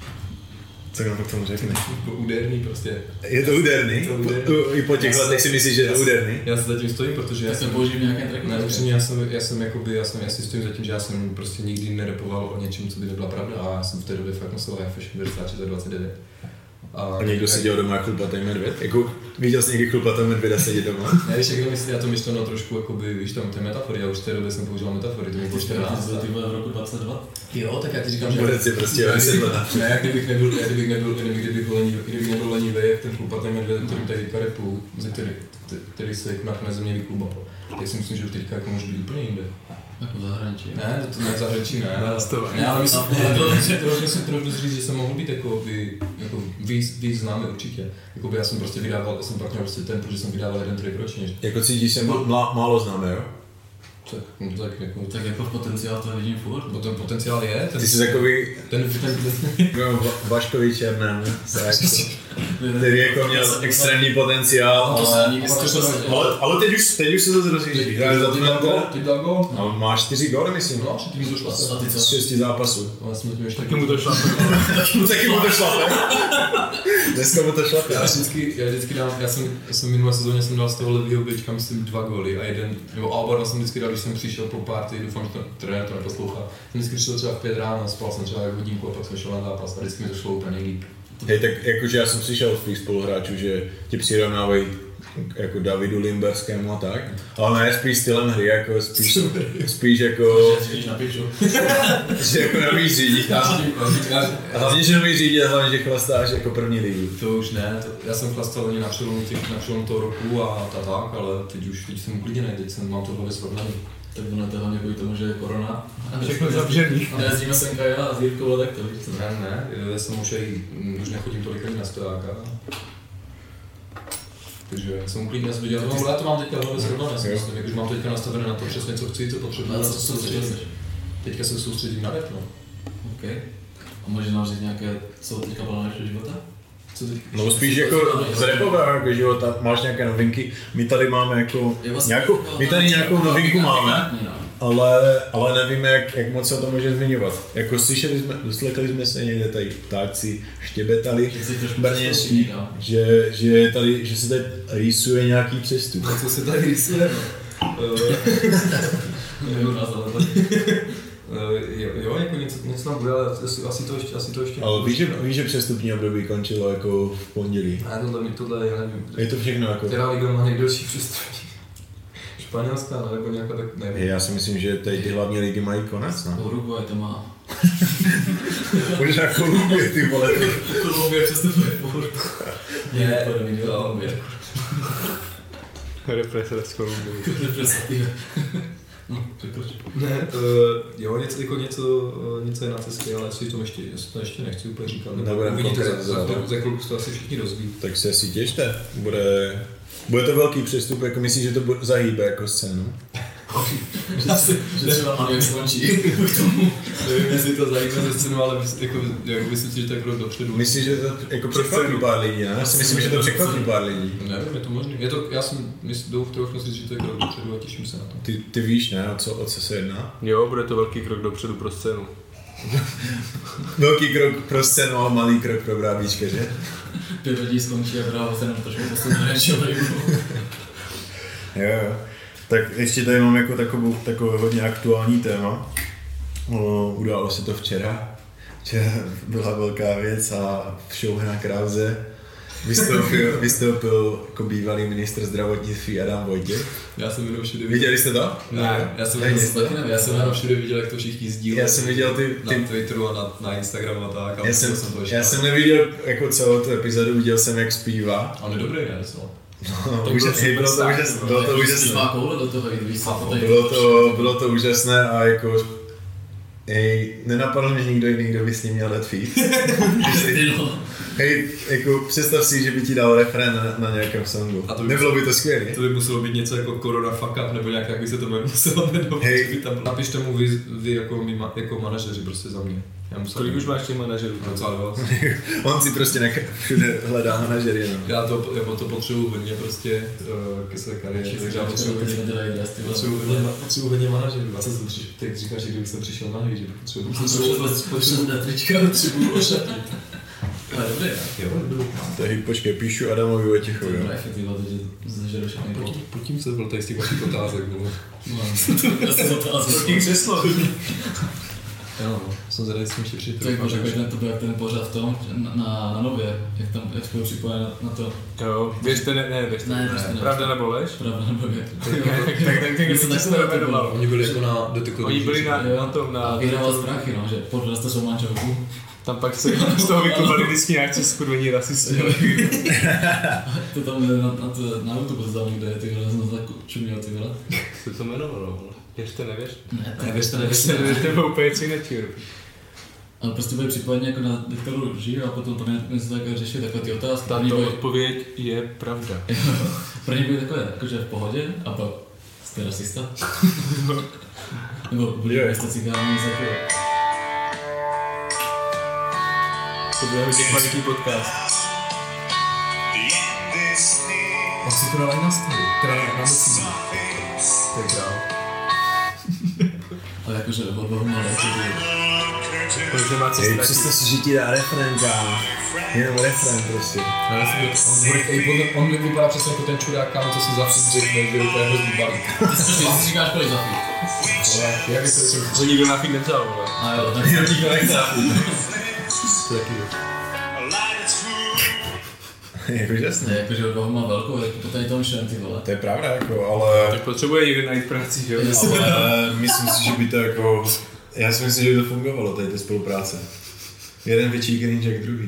Co nám k tomu řekneš? Jako úderný prostě. Je to úderný? Je to úderný. Po- I po těch letech si myslíš, že je to úderný? Já se zatím stojím, protože já Já jsem jsem... použil nějaké tracku. Ne, upřímně, já jsem, já jsem jakoby, já jsem, já si stojím za tím, že já jsem prostě nikdy nerepoval o něčem, co by nebyla pravda a já jsem v té době fakt nosil high fashion Versace za dvacet devět. A někdo seděl doma jak chlupatej medvěd? Jako, viděl jsi někdy chlupatého medvěda sedět doma? Já víš, jak to myslí, já to myšleno trošku, jakoby, víš tam ty metafory, já už v té době jsem používal metafory, to mi bylo čtrnáct. Ty vole v roku dvacet dva? Jo, tak já ti říkám, že... Borec je prostě Já deset let. Ne, jak kdybych nebyl, jak kdybych nebyl, kdybych, kdybych, lenivý, kdybych nebyl lenivý, jak ten chlupatý medvěd, který tady teďka repu, který, který se jako nakonec ze mě vyklubal, tak si myslím, že už teďka jako může být úplně jinde. Jako v zahraničí. Ne, to ne v zahraničí, ne. Nástování. Ne, ale myslím, ale to trošku si trošku říct, že jsem mohl být jako, by, jako víc, víc známý určitě. Jakoby já jsem prostě vydával, já jsem pak měl prostě tempo, že jsem vydával jeden track ročně. Jako cítíš se má, málo známé, jo? Tak, no, tak jako, Tak jako potenciál to vidím furt. bo ten potenciál je, ten, Ty jsi takový ten, ten, no, Vaškovi Černém, který jako měl extrémní potenciál, To ale, se nikdy zkusil. ale, ale teď, už, teď už se to rozjíždí. Hraje za ty dal gol, Twente, ty dal gol. no, má čtyři góly, myslím, No, že ty mi to šla. A ty z co? šesti zápasů. Ale jsme tím ještě Taky mu to šlo. No taky mu to šlape. Dneska mu to šlape. Já vždycky, já vždycky dám, já jsem, já jsem minulé sezóně jsem dal z toho levýho bečka, myslím, dva góly a jeden, nebo a oba dva jsem vždycky dal, když jsem přišel po party, doufám, že to trenér to neposlouchá. Jsem vždycky přišel třeba v pět ráno, spal jsem třeba hodinku a pak jsem šel na zápas a vždycky mi to šlo úplně líp. Hej, tak jakože já jsem slyšel od svých spoluhráčů, že ti přirovnávají jako Davidu Limberskému a tak, ale ne spíš stylem hry, jako spíš, spíš jako, Že řídíš na piču. že jako neumíš řídit a a hlavně, že neumíš řídit a hlavně, že chlastáš jako první ligu. To už ne, to, já jsem chlastal ani na přelomu, těch, na přelomu toho roku a ta tak, ale teď už teď jsem uklidněný, teď jsem, mám to v hlavě srovnaný. Tak ono je to hlavně kvůli tomu, že je korona. Všechno zavřený. A jezdíme sem Kaja a s Jirkou, tak to víš co. Ne, ne, já jsem už, aj, už nechodím tolik ani na stojáka. Takže jsem uklidně, já jsem viděl, no, já to mám teďka v hlavě srovnané, si myslím, jak už mám teďka nastavené na to přesně, co chci, co potřebuji. A na co co se se soustředíš? soustředím. Teďka se soustředím na rap, no. OK. A můžeš nám říct nějaké, co teďka plánuješ do života? Co teď? No spíš jako z rapového jako života, máš nějaké novinky, my tady máme jako nějakou, my tady nějakou novinku máme, ale, ale nevíme, jak, jak moc se to může zmiňovat. Jako slyšeli jsme, doslechli jsme se někde tady ptáci štěbetali brněnští, že, že, tady, že se tady rýsuje nějaký přestup. Co se tady rýsuje, no? Nevím nás, ale Uh, jo, jo, jako něco, něco tam bude, ale asi, asi to ještě, asi to ještě... Ale víš, že, víš, že přestupní období končilo jako v pondělí. Ne, tohle, mi tohle, já nevím. Je to všechno jako... Která liga má nejdelší přestupní? Španělská, nebo nějaká tak, nevím. Já si myslím, že tady ty hlavní ligy mají konec, no. Uruguay to má. Možná Kolumbie, ty vole. Kolumbie přestupuje furt. Ne, to nevím, to- Kolumbie. Represe z Kolumbie. Reprezentativa. No, překročil. Ne, uh, jo, něco, jako něco, uh, něco je na cestě, ale si to ještě, to ještě nechci úplně říkat. Nebudeme Uvidíte, za, konkretizovat. za, za chvilku to asi všichni dozví. Tak se si těšte, bude, bude to velký přestup, jako myslíš, že to bude, zahýbe jako scénu? Že třeba Mario skončí k tomu. Nevím, jestli to zajímá ze scénu, ale mys, jako, jako myslím si, že to je krok dopředu. Myslíš, že to jako překvapí pár lidí, ne? Já si myslím, že to překvapí pár lidí. Nevím, je to možné. Je to, já jsem myslím, trochu říct, že to je krok dopředu a těším se na to. Ty, ty víš, ne, o co, o co se jedná? Jo, bude to velký krok dopředu pro scénu. Velký krok pro scénu a malý krok pro brábíčka, že? Pět lidí skončí a Brávo se nám trošku posune na něčeho jiného. Jo, jo. Tak ještě tady mám jako takovou, takové hodně aktuální téma. O, událo se to včera. Včera byla velká věc a v show na Krause vystoupil, vystoupil jako bývalý ministr zdravotnictví Adam Vojtěch. Já jsem jenom všude viděl. Viděli jste to? Ne, já jsem, Ne, jenom, nic, taky nevím, já jsem jenom všude viděl, jak to všichni sdíleli. Já jsem viděl ty... ty... Na Twitteru a na, na Instagramu a tak. A Já jsem, jsem to já jsem neviděl jako celou tu epizodu, viděl jsem jak zpívá. On je dobrý, ne? Docela. No, úžasné, bylo to úžasné, bylo to úžasné. Má koule do toho, víš, co to tady Bylo to, bylo to úžasné a jako hej, nenapadl mě nikdo jiný, kdo by s ním měl dát feed. Hej, jako představ si, že by ti dal refrén na, na nějakém songu. A to by Nebylo by to skvělé? To by muselo být něco jako Corona fuck up, nebo nějak, jak by se to muselo jmenovat. Hej. Tam napište mu vy, vy jako, mima, jako manažeři prostě za mě. Já musel Kolik už máš těch manažerů? docela dost. On si prostě nech, všude hledá manažery jenom. Já to, já to potřebuji hodně prostě uh, ke své kariéře, takže já potřebuji hodně, potřebuji hodně, potřebuji hodně manažerů. A co jsem přišel, teď říkáš, že kdybych jsem přišel na hej, že potřebuji Potřebuji na trička, potřebuji ošatit. Ale dobré, Jo, dobrý. Takže počkej, píšu Adamovi Vojtěchovi. dobré, efektivně, takže zažeru všechny Pojď, pojď tím se byl tady z těch vašich otázek, no. Já jsem otázal. Velký křeslo. Jo, no, jsem zvedal, jestli ještě To je přišel. jako ten, to byl jak ten pořad v tom, že na, na, na Nově, jak tam, jak byl připojen na, na to. Jo, věřte, ne, ne, věřte. Ne, věřte, ne. Pravda nebo lež? Pravda nebo je. Tak, tak, tak, tak, My se tak, takhle tak, jmenovalo. Oni byli jako na detektoru. Oni byli na, na tom, na... Vyhrával z prachy, no, že podle to jsou manželku. Tam pak se z toho vykopali vždycky nějaký skurvení rasisti. To tam je na, na, to, na YouTube zdal někde, ty vole, jsem to tak čuměl, ty vole. Co to jmenovalo? Věřte, nevěřte. Ne, Ne, věřte, nevěřte, Věřte, bylo úplně co jiného. Ale prostě byli připojeni jako na diktoru žiju a potom tam něco takové řešili, takové ty otázky. První Tato byly, odpověď je pravda. první byly takové, jakože v pohodě a pak jste rasista. Nebo byli jste cigáni, něco takového. To bude hodně kvalitní podcast. On si to dal i na story, teda na musí. To je král. Ale jakože od bohu malé, Protože má co Hej, ztratit. představ si, že ti dá refrén, kámo. Jenom refrén prostě. Já myslím, že on, bude, ej, podle, on mi vypadá přesně jako ten čurák, kámo, co si zavřít řekne, že je úplně hrozný balík. ty si ty si říkáš kolik za fít. Jak je to, že To nikdo na feed nepřál, vole. A jo, tak jsem nikdo nechce. to taky je. Je úžasné. Ne, jakože od bohu má velkou, jako po tady tom šem, ty vole. To je pravda, jako, ale... Tak potřebuje někde najít práci, že jo? Ale myslím si, že by to jako... Já si myslím, že by to fungovalo, tady ta spolupráce. Jeden větší cringe jak druhý.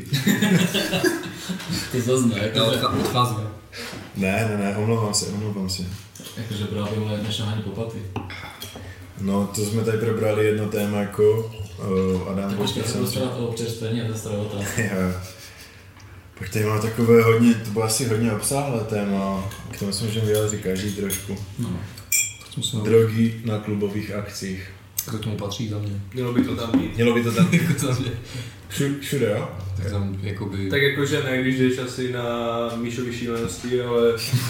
To zase ne, Já jakože, odchá- odcházím. Ne, ne, ne, omlouvám se, omlouvám se. jakože právě moje nešahání po paty. No, to jsme tady probrali jedno téma jako uh, Adam Tak počkej, Vojtěch se budu samozřejmě. starat o občerstvení a to je stará otázka. Jo. Pak tady má takové hodně, to bylo asi hodně obsáhlé téma, k tomu se můžeme vyjádřit každý trošku. No. Drogy na klubových akcích. To k tomu patří za mě. Mělo by to tam být. Mělo by to tam být Jako za mě. všude, všude jo? Tak tam jakoby... Tak jakože ne, když jdeš asi na Míšovi šílenosti, ale...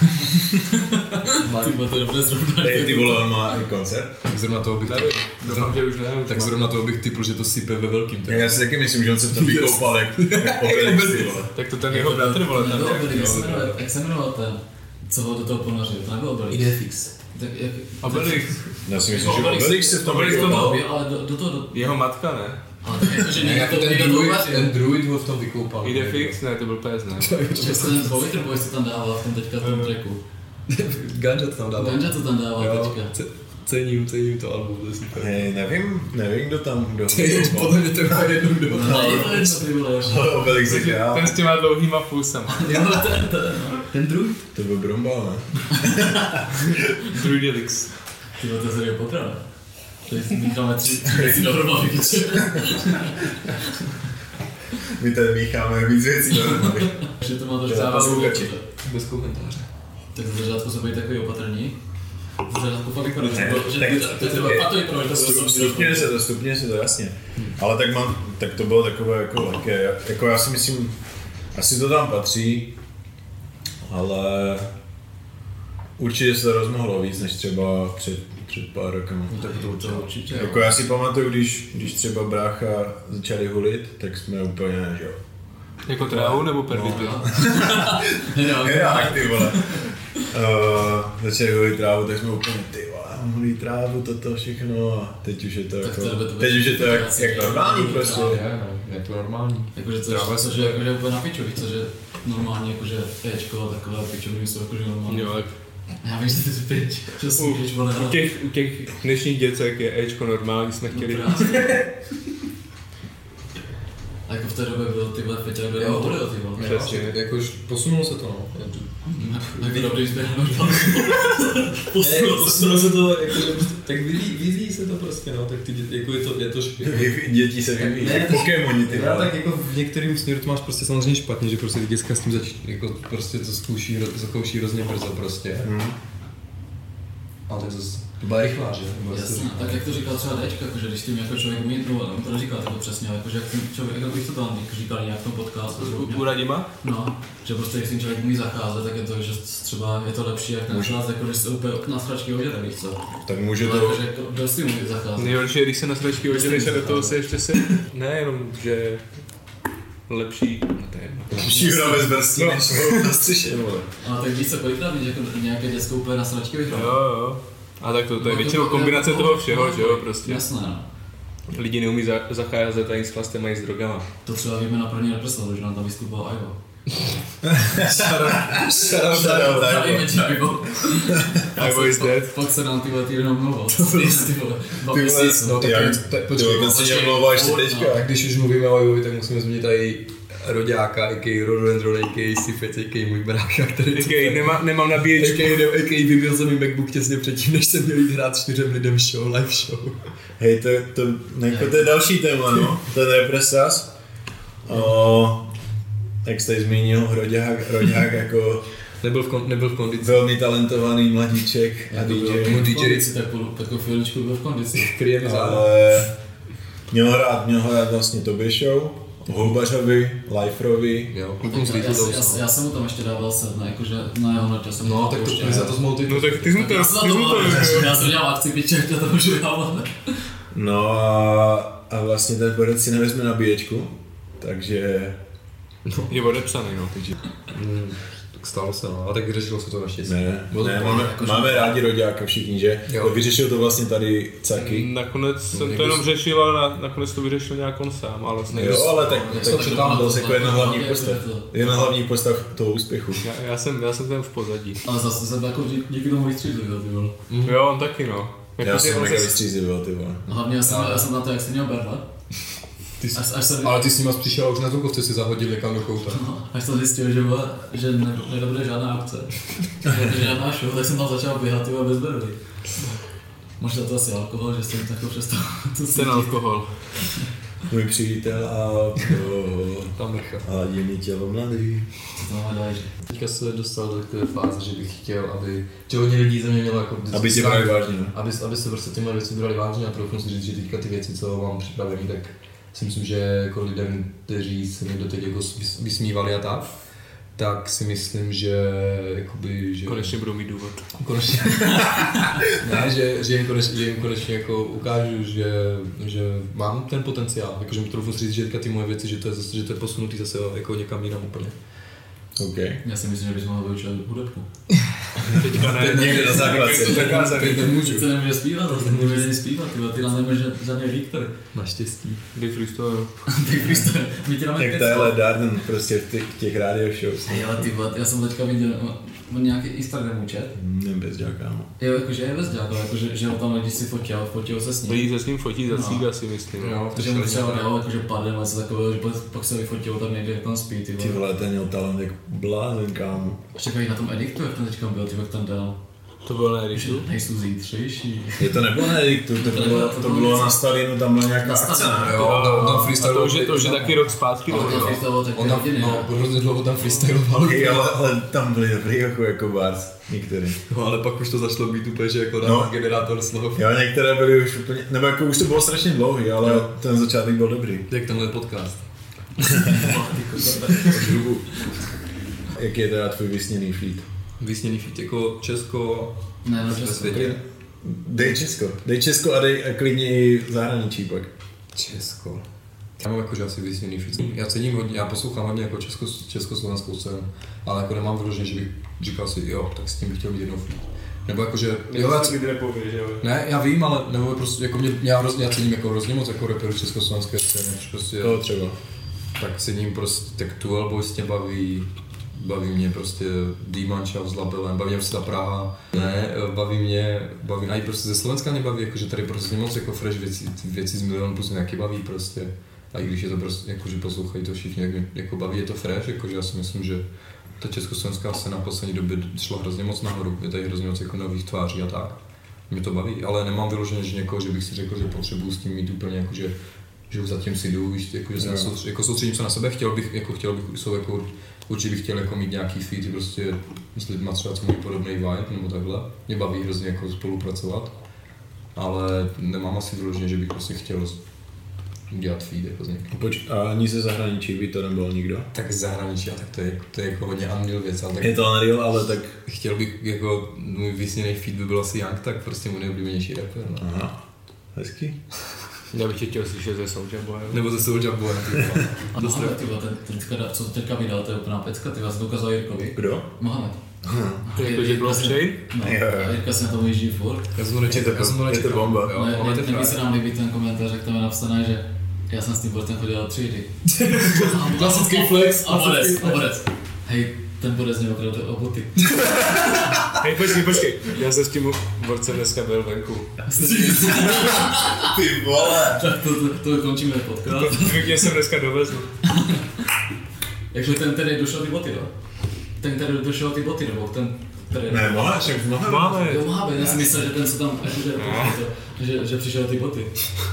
Ty vole, to je dobře zrovna. Tady ty vole, on má i koncert. Tak zrovna toho bych... Nevím, doufám, že už ne. Tak zrovna toho bych typl, že to sype ve velkým. Tak já si taky myslím, že on se v tom vykoupal jak jak Obelix, ty vole. Tak to ten jeho bratr, vole, tam Nebyl nějak. Obelix, jak se jmenoval- jak se jmenoval ten, co ho do toho ponořil, to nebyl Obelix. Idefix. Tak jak... Obelix. Já si myslím, že Obelix- Obelix se v tom Obelix to vykoupal. No, ale do, do toho... Do... Jeho matka, ne? Ale tak jakože Ne, někdo jako to ten někdo to druid, uvařil. ten druid ho v tom vykoupal. Idefix? Ne, to byl pes, ne? Že se ten Poetry Boy se tam dával v tom teďka v tom tracku. Ganja to tam dával. Ganja to tam dával Jo, teďka. ce- cením, cením to album, to je super. Hej, nevím, nevím, kdo tam, kdo Podle mě to je úplně jedno, kdo. No, je to jedno, ty vole. Ale Obelix je král. Ten s těma dlouhýma půsama. Jo, ten, ten. Ten druid? To byl Brumbal, ne? Druidelix. Tyhle to je zřejmě potrava. Tady si mícháme tři věci dohromady. My tady mícháme víc věcí dohromady. Že to má to Závazu šťává Bez komentáře. Tak za začátku se být takový opatrní. Za začátku fakt vypadá, že Ne, to, že tak ty- to- ty- ty- to- fakt to vypadá, že to bylo Stupně se to, stupně se to, jasně. Ale tak mám, tak to bylo takové jako lehké, jako já si myslím, asi to tam patří, ale určitě se to rozmohlo víc než třeba před, před pár rokama. Tak to určitě, určitě. Jako já si pamatuju, když, když třeba brácha začali hulit, tak jsme úplně, že jo. Jako trávu nebo pervitin? No. Jak ty vole. Uh, začali hulit trávu, tak jsme úplně ty vole, on hulí trávu, toto všechno a teď už je to Tak jako, to je- to teď už je to jak, asi jak je- normální prostě. Je, no, je to normální. Jakože to je, to, že jakože je úplně na piču, víš co, že normálně jakože Ečko a takové pičoviny jsou jakože normální. Jo, tak Já vím, že ty jsi pič, že jsi u, pič, vole, u, těch, u těch dnešních děcek je Ečko normální, jsme chtěli. no, krásně. A jako v té době bylo tyhle Peťa, kdo je Jo, to- volil, ty vole. Přesně. Jakož posunulo se to, no. Tak to dobrý sběr, no, Posunulo se to, jakože, tak vyvíjí, vyvíjí se to prostě, no, tak ty děti, jako je to, je to špatně. Děti se vyvíjí, Ne, Pokémoni ty Já vole. tak jako v některým směru to máš prostě samozřejmě špatně, že prostě ty děcka s tím zač, jako prostě to zkouší, zakouší hrozně brzo prostě. Hmm. Ale tak zase, to byla rychlá, že? Nebo jak to Jasně, říká? tak jak to říkal třeba Dčka, jako, že když tím jako člověk umí, no, on to neříkal takhle přesně, ale jako, že jak ten člověk, jak bych to tam říkal nějak v tom podcastu, že- U, u Radima? no, že prostě jak s tím člověk umí zacházet, tak je to, že třeba je to lepší, jak ten čas, jako když se úplně na sračky ožere, víš co? Tak může Ale to, jako, že jako, kdo s tím umí zacházet? Nejhorší je, když se na sračky ožereš a do toho se ještě se... Ne, jenom, že... Lepší... No to je jedno. lepší hra bez brstí, No. než na střeše, vole. Ale tak víš co, kolikrát víš, jako nějaké děcko úplně na sračky vyhrál? Jo, jo. A tak to, to je No, většinou to- kombinace to- toho všeho, to- že jo, prostě. Jasné, no. Lidi neumí za, zacházet ani s chlastem, mají s drogama. To třeba víme na první represaci, že nám tam vystupoval Ivo. Shoutout, Zdravíme tě, Ivo. Ivo is dead. Pak se nám tyhle týden omlouval. Ty vole, dva Ty vole, měsíce. No tak, Já- tak, tak Ty počkej, vole, ten se počkej, omlouvá ještě no, teďka. tak když už mluvíme o Ivovi, tak musíme zmínit tady roďáka, a k a. Rododendron, a k a. Sifec, a k a. můj brácha, který Okay, nemá, nemám a nabíječku. k a. a k a. vybil jsem mi MacBook těsně předtím, než jsem měl jít hrát čtyřem lidem show, live show. Hej, to, to, jako to je další téma, no. Ten represas. O, jak jste zmínil, Roďák, Roďák jako Nebyl v, kon, nebyl v kondici. velmi talentovaný mladíček a Já to D byl J. v D J. kondici, tak po- takovou chvíličku byl v kondici. Který je mi zále. Ale měl hrát, měl hrát vlastně Tobě Show, Houbařovi, Liferovi. Jo, Já, klukum z já, Little já, Dose. já, já jsem mu tam ještě dával set, ne, jakože na jeho notě jsem No, to tak to pouštěl. za to zmoutit. No tak ty jsi mu to, Já ty jsem jsi na mu to to, mal, já jsem dělal akci piček, já to můžu dávat. No a, a vlastně ten borec si nevezme nabíječku, takže je odepsaný, no, takže. Hmm, tak stalo se, no, a tak vyřešilo se to naštěstí. ne, Bylo to ne v máme, jakože- máme rádi Roďáka všichni, že? Jo. Vyřešil to vlastně tady Caky. Nakonec jsem někdo to jenom s- řešil, ale na, nakonec to vyřešil nějak on sám, ale vlastně. Jo, ale tak, Já tak jsem to tam byl to- jako jedna hlavní to- postav. to- Jedna hlavní postav toho úspěchu. Já, já, jsem, já jsem ten v pozadí. Ale zase jsem jako dí- díky tomu vystřízlivý, ty vole. Jo, on taky, no. Já Jakože jsem on mega se- vystřízlivel, ty vole. A hlavně já jsem, Ale- já jsem na to, jak jsi měl berle. Ty jsi, Až, až, jsem, ale ty s nima přišel a už na zvukovce si zahodil někam do kouta. no, až jsem zjistil, že, vole, že ne, nebude žádná akce. Nebude žádná show, tak jsem tam začal běhat tyhle bez berly. Možná to asi alkohol, že jsem jako přestal to ten alkohol. Můj přítel a pro Tam mrcha. a je mi tělo mladý. Co to máme dál, že? Teďka se dostal do takové fáze, že bych chtěl, aby, že hodně lidí ze mě mělo jako... Aby tě brali vážně, no. Aby, aby se prostě tyhle věci brali vážně a trochu si říct, že teďka ty věci, co mám připravené, tak si myslím, že jako lidem, kteří se mi doteď jako vys- vysmívali a tak, tak si myslím, že jakoby, že... Konečně budou mít důvod. Konečně. Ne, že, že, jim konečně, že jim konečně jako ukážu, že, že mám ten potenciál. Jakože mi trochu říct, že teďka ty moje věci, že to je, zase, že to je posunutý zase jako někam jinam úplně. OK. Já si myslím, že bys mohl vyučovat hudebku. Teďka ne. Někde na základce. Teď nemůžu. Teď se nemůže zpívat, to nemůže ani zpívat, tyhle, ty nám nemůže žádný Viktor. Naštěstí. Kdy freestyle. Ty freestyle, my ti dáme Jak tahle Darden prostě v těch, těch radio shows. Hej, ale ty vole, já jsem teďka viděl, on nějaký Instagram účet. Nem bez dělka, no. Jo, jakože je bezďák, ale jakože, že ho tam lidi si fotil, fotil se s ním. Lidi se s ním fotí za No. cíga, si myslím. Jo, Takže mu třeba dal jakože padem a něco takového, že pak, pak se vyfotil tam někde, jak tam spí, ty Ty vole. vole, ten měl talent jak blázen, kámo. Čekaj, na tom ediktu, jak tam teďka byl, ty jak tam dal. To bylo na Ediktu? Nejsou zítřejší. Je to nebylo na Ediktu, to, to, bylo, to bylo na Stalinu, tam byla nějaká akce, ne? Jo, on tam freestyloval. To už je, to už je taky rok zpátky. On tam freestyloval taky On tam, hodiny, no, ne? hrozně dlouho tam freestyloval. Hej, ale, ale tam byly dobrý jako, jako bars, některý. No, ale pak už to začalo být úplně, že jako No. generátor slov. Jo, některé byly už úplně, nebo jako už to bylo strašně dlouhý, ale Jo. ten začátek byl dobrý. Jak tenhle podcast. Jaký je teda tvůj vysněný feed? Vysněný feed jako Česko, Ne, no ve Česko. světě. Dej Česko, dej Česko a dej a klidně i zahraničí pak. Česko. Já mám jakože asi vysněný feed. Já cením hodně, já poslouchám hodně jako česko, československou scénu, ale jako nemám vyloženě, že bych říkal si, jo, tak s tím bych chtěl mít jednou feed. Nebo jakože, jo, já, taky drapový, že jo? ne, já vím, ale nebo prostě jako mě, já, hrozně, já cením jako hrozně moc jako reperů československé scény, prostě, To třeba. tak cením prostě, tak Tuel Boys mě baví, baví mě prostě Dímančav s Labelem, baví mě prostě ta Praha, ne, baví mě, baví, a i prostě ze Slovenska mě baví, jakože tady prostě moc jako fresh věci, věci z milionu plus mě taky baví prostě, a i když je to prostě, jakože poslouchají to všichni, jak mě jako baví, je to fresh, jakože já si myslím, že ta československá scéna v poslední době šla hrozně moc nahoru, je tady hrozně moc jako nových tváří a tak. Mě to baví, ale nemám vyloženě, že někoho, že bych si řekl, že potřebuji s tím mít úplně jako, že, že zatím si jdu, víš, jako, že se soustředím, jako soustředím se na sebe, chtěl bych, jako chtěl bych, jsou jako, určitě bych chtěl jako mít nějaký feed, prostě s lidma třeba, co mají podobný vibe, nebo takhle. Mě baví hrozně jako spolupracovat, ale nemám asi vyloženě, že bych prostě chtěl udělat feed jako z někým. Poč- a ani ze zahraničí by to nebyl nikdo? Tak z zahraničí, a tak to je, to je jako hodně unreal věc, ale tak Je to unreal, ale tak... chtěl bych, jako můj vysněný feed by byl asi Young, tak prostě můj nejoblíbenější rapper, no. Aha, hezký. Já bych tě chtěl slyšet ze Soulja Boye. Nebo ze Soulja Boye, ty vole. A Mohamed, ty vole, ten, ten teďka, co teďka vydal, to je úplná pecka, ty vás dokázal Jirkovi. Kdo? Mohamed. Jako, že bylo přej? No, Jo, jo. a Jirka se na tom ježdí furt. Já jsem to nečekal, já jsem to Je to nečekal. bomba. Jo, Ne, ale ne, to je Neví se fakt. nám líbí ten komentář, jak tam je napsané, že já jsem s tím borcem chodil do třídy. Klasický flex, A bodec, a bodec. Hej, ten bodec mě okradl o boty. Hej, počkej, počkej. Já se s tím borcem dneska byl venku. Ty vole! Tak to, to, to končíme podcast. Mě jsem dneska dovezl. Jakže ten, který došel ty boty, jo? Ten, který došel ty boty, nebo ten, který... Ne, máme, však máme. Máme. Jo, Mohamed, já jsem myslel, že ten, co tam, že, že, že přišel ty boty.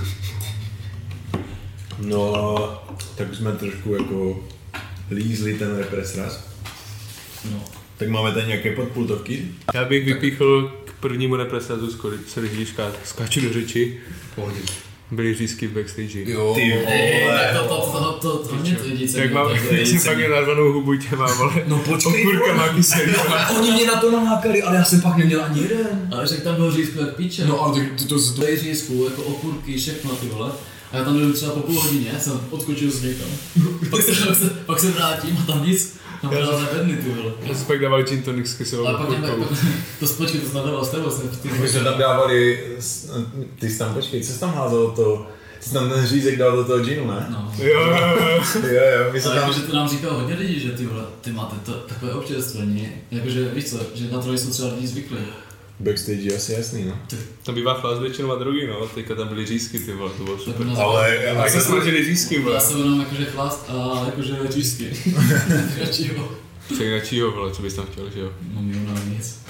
No, tak jsme trošku jako lízli ten rapper sraz. No. Tak máme tady nějaké podpultovky. Já bych vypíchl k prvnímu represazu, sorry, když skáču do řeči. Pohodě. Byli řízky v backstage. Jo, Ty Ej, vole. tak to, to, to, to, to, to mě to lidi Jak mám, já jsem pak měl narvanou hubu těma, vole. No počkej, Okurka má kyselý. oni mě na to nahákali, ale já jsem pak neměl ani jeden. Ale řekl tam byl řízku jak píče. No ale to, to, to, to To je řízku, jako okurky, všechno ty vole. A já tam jdu třeba po půl hodině, jsem odskočil z někam. Pak se, pak, se, pak se vrátím a tam nic. Tam byla za bedny ty vole. Já jsem pak dával gin tonic s kyselou Ale pak mě, okurkou. pak, to spočkej, to jsem nadával s tebou, jsem ty My jsme tam dávali, ty jsi tam, počkej, co jsi tam házel to, ty jsi tam ten řízek dal do toho ginu, ne? No. Jo, jo, jo. Jo, jo, my jsme Ale tam, jakože to nám říkalo hodně lidí, že ty vole, ty máte to, takové občerstvení, jakože víš co, že na to jsou třeba lidi zvyklí. backstage je asi jasný, no. Tam bývá chlás většinou a druhý, no. Teďka tam byly řízky, ty vole, to bylo Tak super. u nás- Ale, A ale se snažili řízky, Já vole. se jenom jakože chlast a jakože čísky. Radšího. Ček na čího, vole, co bys tam chtěl, že jo? No mi ono nic.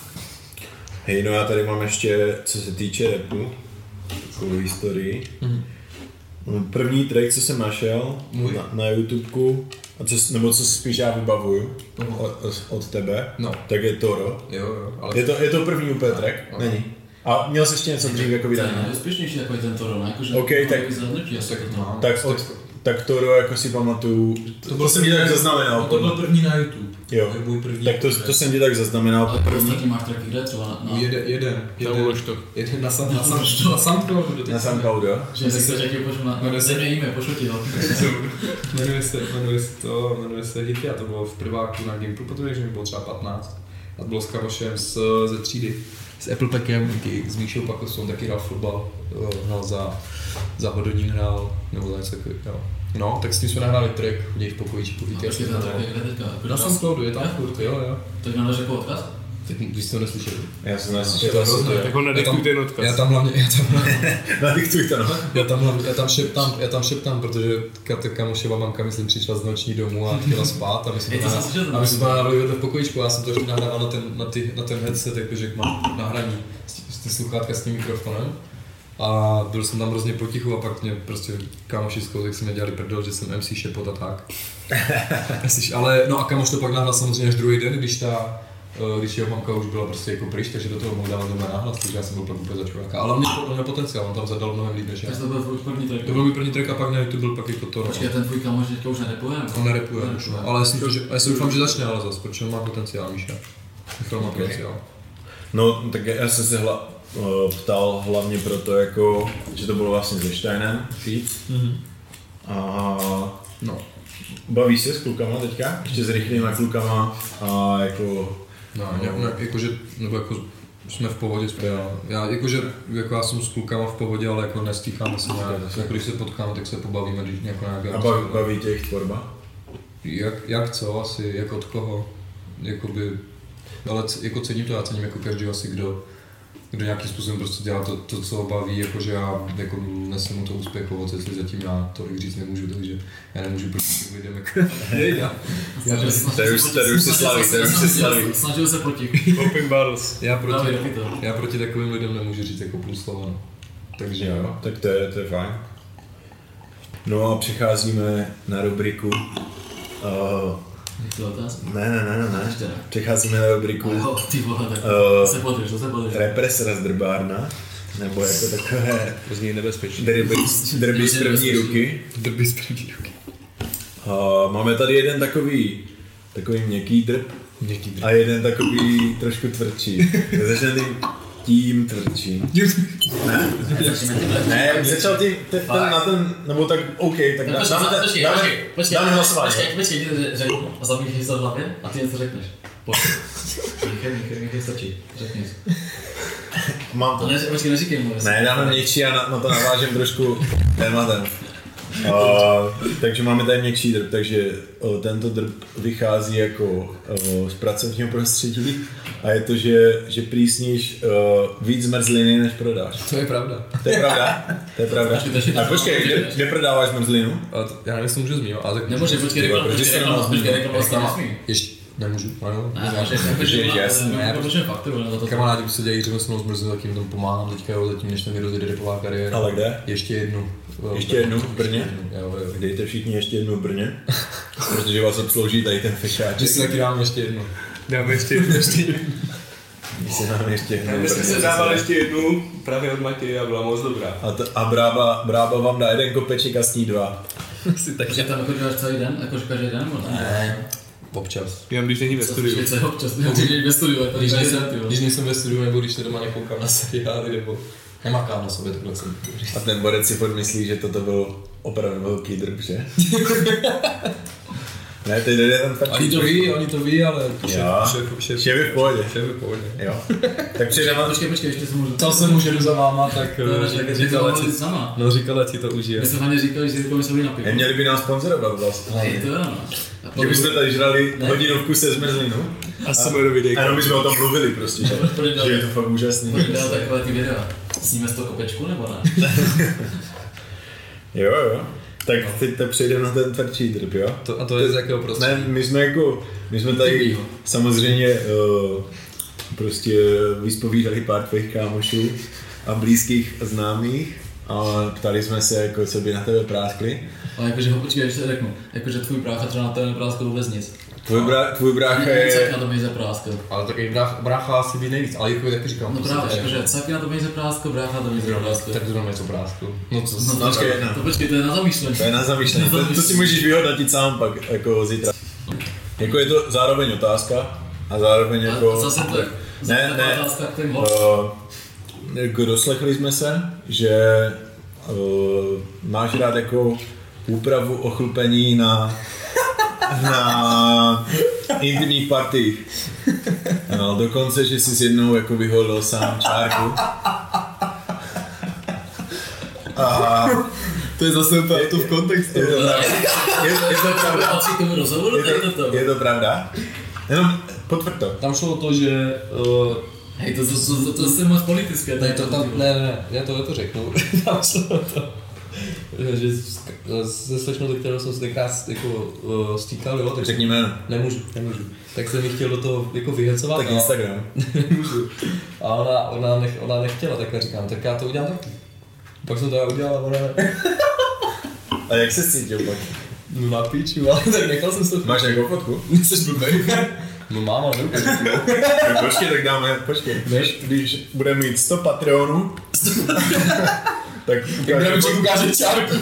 hej, no já tady mám ještě, co se týče rapu, takovou historii. Mhm. První track, co jsem našel Můj. na, na YouTubeku, a co, nebo co spíš já vybavuju od, od tebe, No. tak je Toro. Jo, jo, ale... Je to, je to první úplně track? no. Není. A měl jsi ještě něco dřív jako To je vydání? nejúspěšnější jako je ten Toro, ne? Jakože OK, mám tak- takový zahrnutí, asi Tak to mám. Tak, od, tak Toro jako si pamatuju, to, to, byl jsem ti tak zaznamenal. To byl první na YouTube. Jo. To je můj první. Tak to, to jsem ti tak zaznamenal Ale první. ostatní máš tracky kde třeba na... na Jeden, jeden, Tam jeden, ulož to. jeden na sam, na sam, na Soundcloudu. Na Soundcloudu, jo? že si se řekl, pošlu na... Jmenuje se- Dej mě e-mail, pošlu ti ho. Jmenuje se, jmenuje se to, jmenuje se Hity a to bylo v prváku na Gimplu, protože mi bylo třeba patnáct. A to bylo s kamošem z, ze třídy. S Apple Packem, taky s Míšou Pakosou, taky hrál fotbal, jo, hrál za, za Hodonín hrál, nebo za něco takového, jo. No, tak s tím jsme nahráli track, chodí v pokoji či povídky. Počkej, ten track je kde teďka? Jako Na čas? Soundcloudu je tam furt, jo, jo. Tak nám dáš jako odkaz? Vy jste to neslyšeli? Já jsem Je neslyšel, to asi to hrozné. je. Tak ho nediktujte jen odkaz. Já tam hlavně, já tam hlavně, Nadiktuj to, no. já tam, hlavně, já tam šeptám, já tam šeptám, protože Kat- kamoševa mamka, myslím, přišla z noční domů a chtěla spát a my jsme Je to to jsem slyšel, na- a my jsme to nahrávali vedle v pokojičku a já jsem to ještě nahrával na ten, na, ty, na ten headset, jakože mám nahraní z ty sluchátka s tím mikrofonem. A byl jsem tam hrozně potichu a pak mě prostě kámoši z kouzek si mě dělali prdel, že jsem em cé šepot a tak. Ale no a kamoš to pak nahrál samozřejmě až druhý den, když ta když jeho mamka už byla prostě jako pryč, takže do toho mohl dávat doma náhlas, takže já jsem byl pak úplně za čuráka. Ale on měl, on měl potenciál, on tam zadal mnohem líp než já. Takže to byl tvůj první track. To byl můj první track a pak na YouTube byl pak jako to. Počkej, ten tvůj kamoš teďka už nerepuje? On nerepuje už, no. Ale já si myslím, že, já si doufám, že začne ale zase, protože on má potenciál, Míša. Michal má Okay. potenciál. No, tak já jsem se hla, uh, ptal hlavně proto, jako, že to bylo vlastně se Steinem, feat. Mm-hmm. A No. bavíš se s klukama teďka? Ještě s rychlýma klukama a jako... No, ne, ne, jakože, nebo jako jsme v pohodě, já, já jakože, jako já jsem s klukama v pohodě, ale jako nestýcháme se nějak, jako když se potkáme, tak se pobavíme, když jako nějak... A baví, baví tě jejich tvorba? Jak, jak co asi, jak od koho, jakoby, ale c- jako cením to, já cením jako každý asi, kdo, kdo nějakým způsobem prostě dělá to, to co ho baví, jakože já jako nesem mu to úspěchovost, jestli zatím já tolik říct nemůžu, takže já nemůžu proti těm lidem jako nejde. Tady už tady už se slaví, tady už se slaví. Snažil se proti. Open battles. Já proti, Dávej, taky to. já proti takovým lidem nemůžu říct jako půl slova, no. Takže Jo, tak to je, to je fajn. No a přecházíme na rubriku. Uh, Je to otázka? ne, ne, ne, ne, ne. Ještě ne. Přecházíme na rubriku Jo, ty vole, tak Eh, to se podrž, to se podrž. Represora z drbárna. Nebo jako takové To zní nebezpečně. derby, derby z první ruky. drby z první ruky. Uh, máme tady jeden takový, takový měkký drb Měkký drb. a jeden takový trošku tvrdší. Začneme tím, tím tvrdším. Ne? Ne, začal tím, ten, ten na ten, nebo tak OK, tak No, dá- počkej, dáme, ten- počkej, dáme, počkej, počkej, dáme hlasování. počkej, počkej, počkej, řeknu a zamíchni se v hlavě a ty něco řekneš. Pojď. Míchej, míchej, míchej, stačí, řekni. Mám to. Ne, počkej, neříkej mu. jestli- Ne, dáme měkčí a na, na to navážem trošku tématem. Uh, takže máme tady měkčí drb, takže uh, tento drb vychází jako uh, z pracovního prostředí a je to, že, že prýsníš uh, víc zmrzliny, než prodáš. To je pravda. To je pravda? To je pravda. A počkej, kde, kde prodáváš zmrzlinu? A to, já nevím, jestli můžu zmínit, ale tak... Nemůže, počkej, Ty vole, reklamu, proč počkej, jsi to reklamu, nezmínil? počkej, reklamu vlastně nesmí. Ještě, nemůžu, ano. Ne, máš jako, Že že je jasný, ne, protože fakturu, ale to Kamarádi se dělají řemeslnou zmrzlinu, tak jim tam pomáhám teďka, jo, zatím než tam mi rozjede repová kariéra. Ale kde? Ještě jednu. Jo, Ještě jednu v Brně? Ještě jednu, jo, jo. Dejte všichni ještě jednu v Brně, protože vás obslouží tady ten Že fešáček. si taky dám ještě jednu. Dáme ještě jednu. Ještě jednu. My si dáme ještě jednu v My jsme Brně. se dávali ještě jednu právě od Matěje a byla moc dobrá. A, to, a brába, brába vám dá jeden kopeček a sní dva. Takže tam jako děláš celý den, jakože každý den, nebo ne? Ne, občas. Jenom když není ve studiu. Co je občas, když ve studiu, jako Když každý nejsem, den, ty když nejsem ve studiu, nebo když se doma nekoukám na seriály, nebo nemakám na sobě, takhle jsem to říct. A ten borec si furt myslí, že toto byl opravdu velký drb, že? Ne, teď jde ten fakt. Oni to ví, oni to ví, ale šéf, Jo. šéf, šéf, Šéf je v pohodě. šéf je v pohodě. Jo. Tak přejdeme. Počkej, počkej, ještě se můžu. Tam se může jdu za váma, tak To je eh, tak, že říkala to ti, mluvit sama. no říkala ti to užije. My jsme hlavně říkali, že to jsme na pivo. Neměli by nás sponzorovat vlastně. Hej, to jo, no. A Že bychom tady žrali Ne. hodinu v kuse zmrzlinu. A Summerový A dejka. jenom bychom o tom mluvili prostě, že, že je to fakt úžasný. Můžeme dát takové ty videa. Sníme z toho kopečku, nebo ne? Jo, jo. Tak teď tak přejdeme na ten tvrdší drb, jo? To, a to je z jakého prostředí? Ne, my jsme jako, my jsme tady Takovýho. samozřejmě uh, prostě vyspovídali pár tvých kámošů a blízkých a známých a ptali jsme se, jako, co by na tebe práskli. Ale jakože, počkej, ještě řeknu, jakože tvůj brácha třeba na tebe nepráskal vůbec nic. Tvůj, brá, tvůj brácha Nic, jak je... na to peníze práskal. Ale taky brách, brácha asi ví nejvíc, ale jako jak říkám, No to právě, se- jakože, co jak na to peníze práskal, brácha na to peníze práskal. tak to máme něco brásku. No co, No no, to, počkej, jedna. to počkej, to je na zamýšlení. To je na zamýšlení, to, to si můžeš vyhodnotit sám pak, jako zítra. Jako je to zároveň otázka a zároveň A jako... zase to je, Ne, ne. otázka k těm hol. Uh, jako doslechli jsme se, že uh, máš rád jako úpravu ochlupení na, na intimních partiích. No, dokonce, že jsi s jednou jako vyholil sám čárku. A to je zase úplně to v kontextu. je to, je, je to pravda. Patří k tomu rozhovoru, Je tady to, toto. je to pravda. Jenom Potvrď to. Tam šlo o to, že... Uh, Hej, to, to, to, to, to jsem moc politické. ne, to tam, ne, ne, ne, já to, já to řeknu. Tam šlo o to, že se slečnou, do kterého jsem se tenkrát jako uh, stýkal, jo, tak Řekni jméno. Nemůžu, nemůžu. Tak jsem mi chtěl do toho jako vyhecovat. Tak Instagram. Nemůžu. A ona, ona, nech, ona nechtěla, tak já říkám, tak já to udělám taky. Pak jsem to já udělal a ona ne. A jak se cítil pak? No na píču, ale tak nechal jsem se... Máš nějakou fotku? Jsi blbej. No mám, ale neukážu. Tak počkej, tak dáme, počkej. Když, když budeme mít sto patronů, tak Budeme ukážeme. ukážet čárku.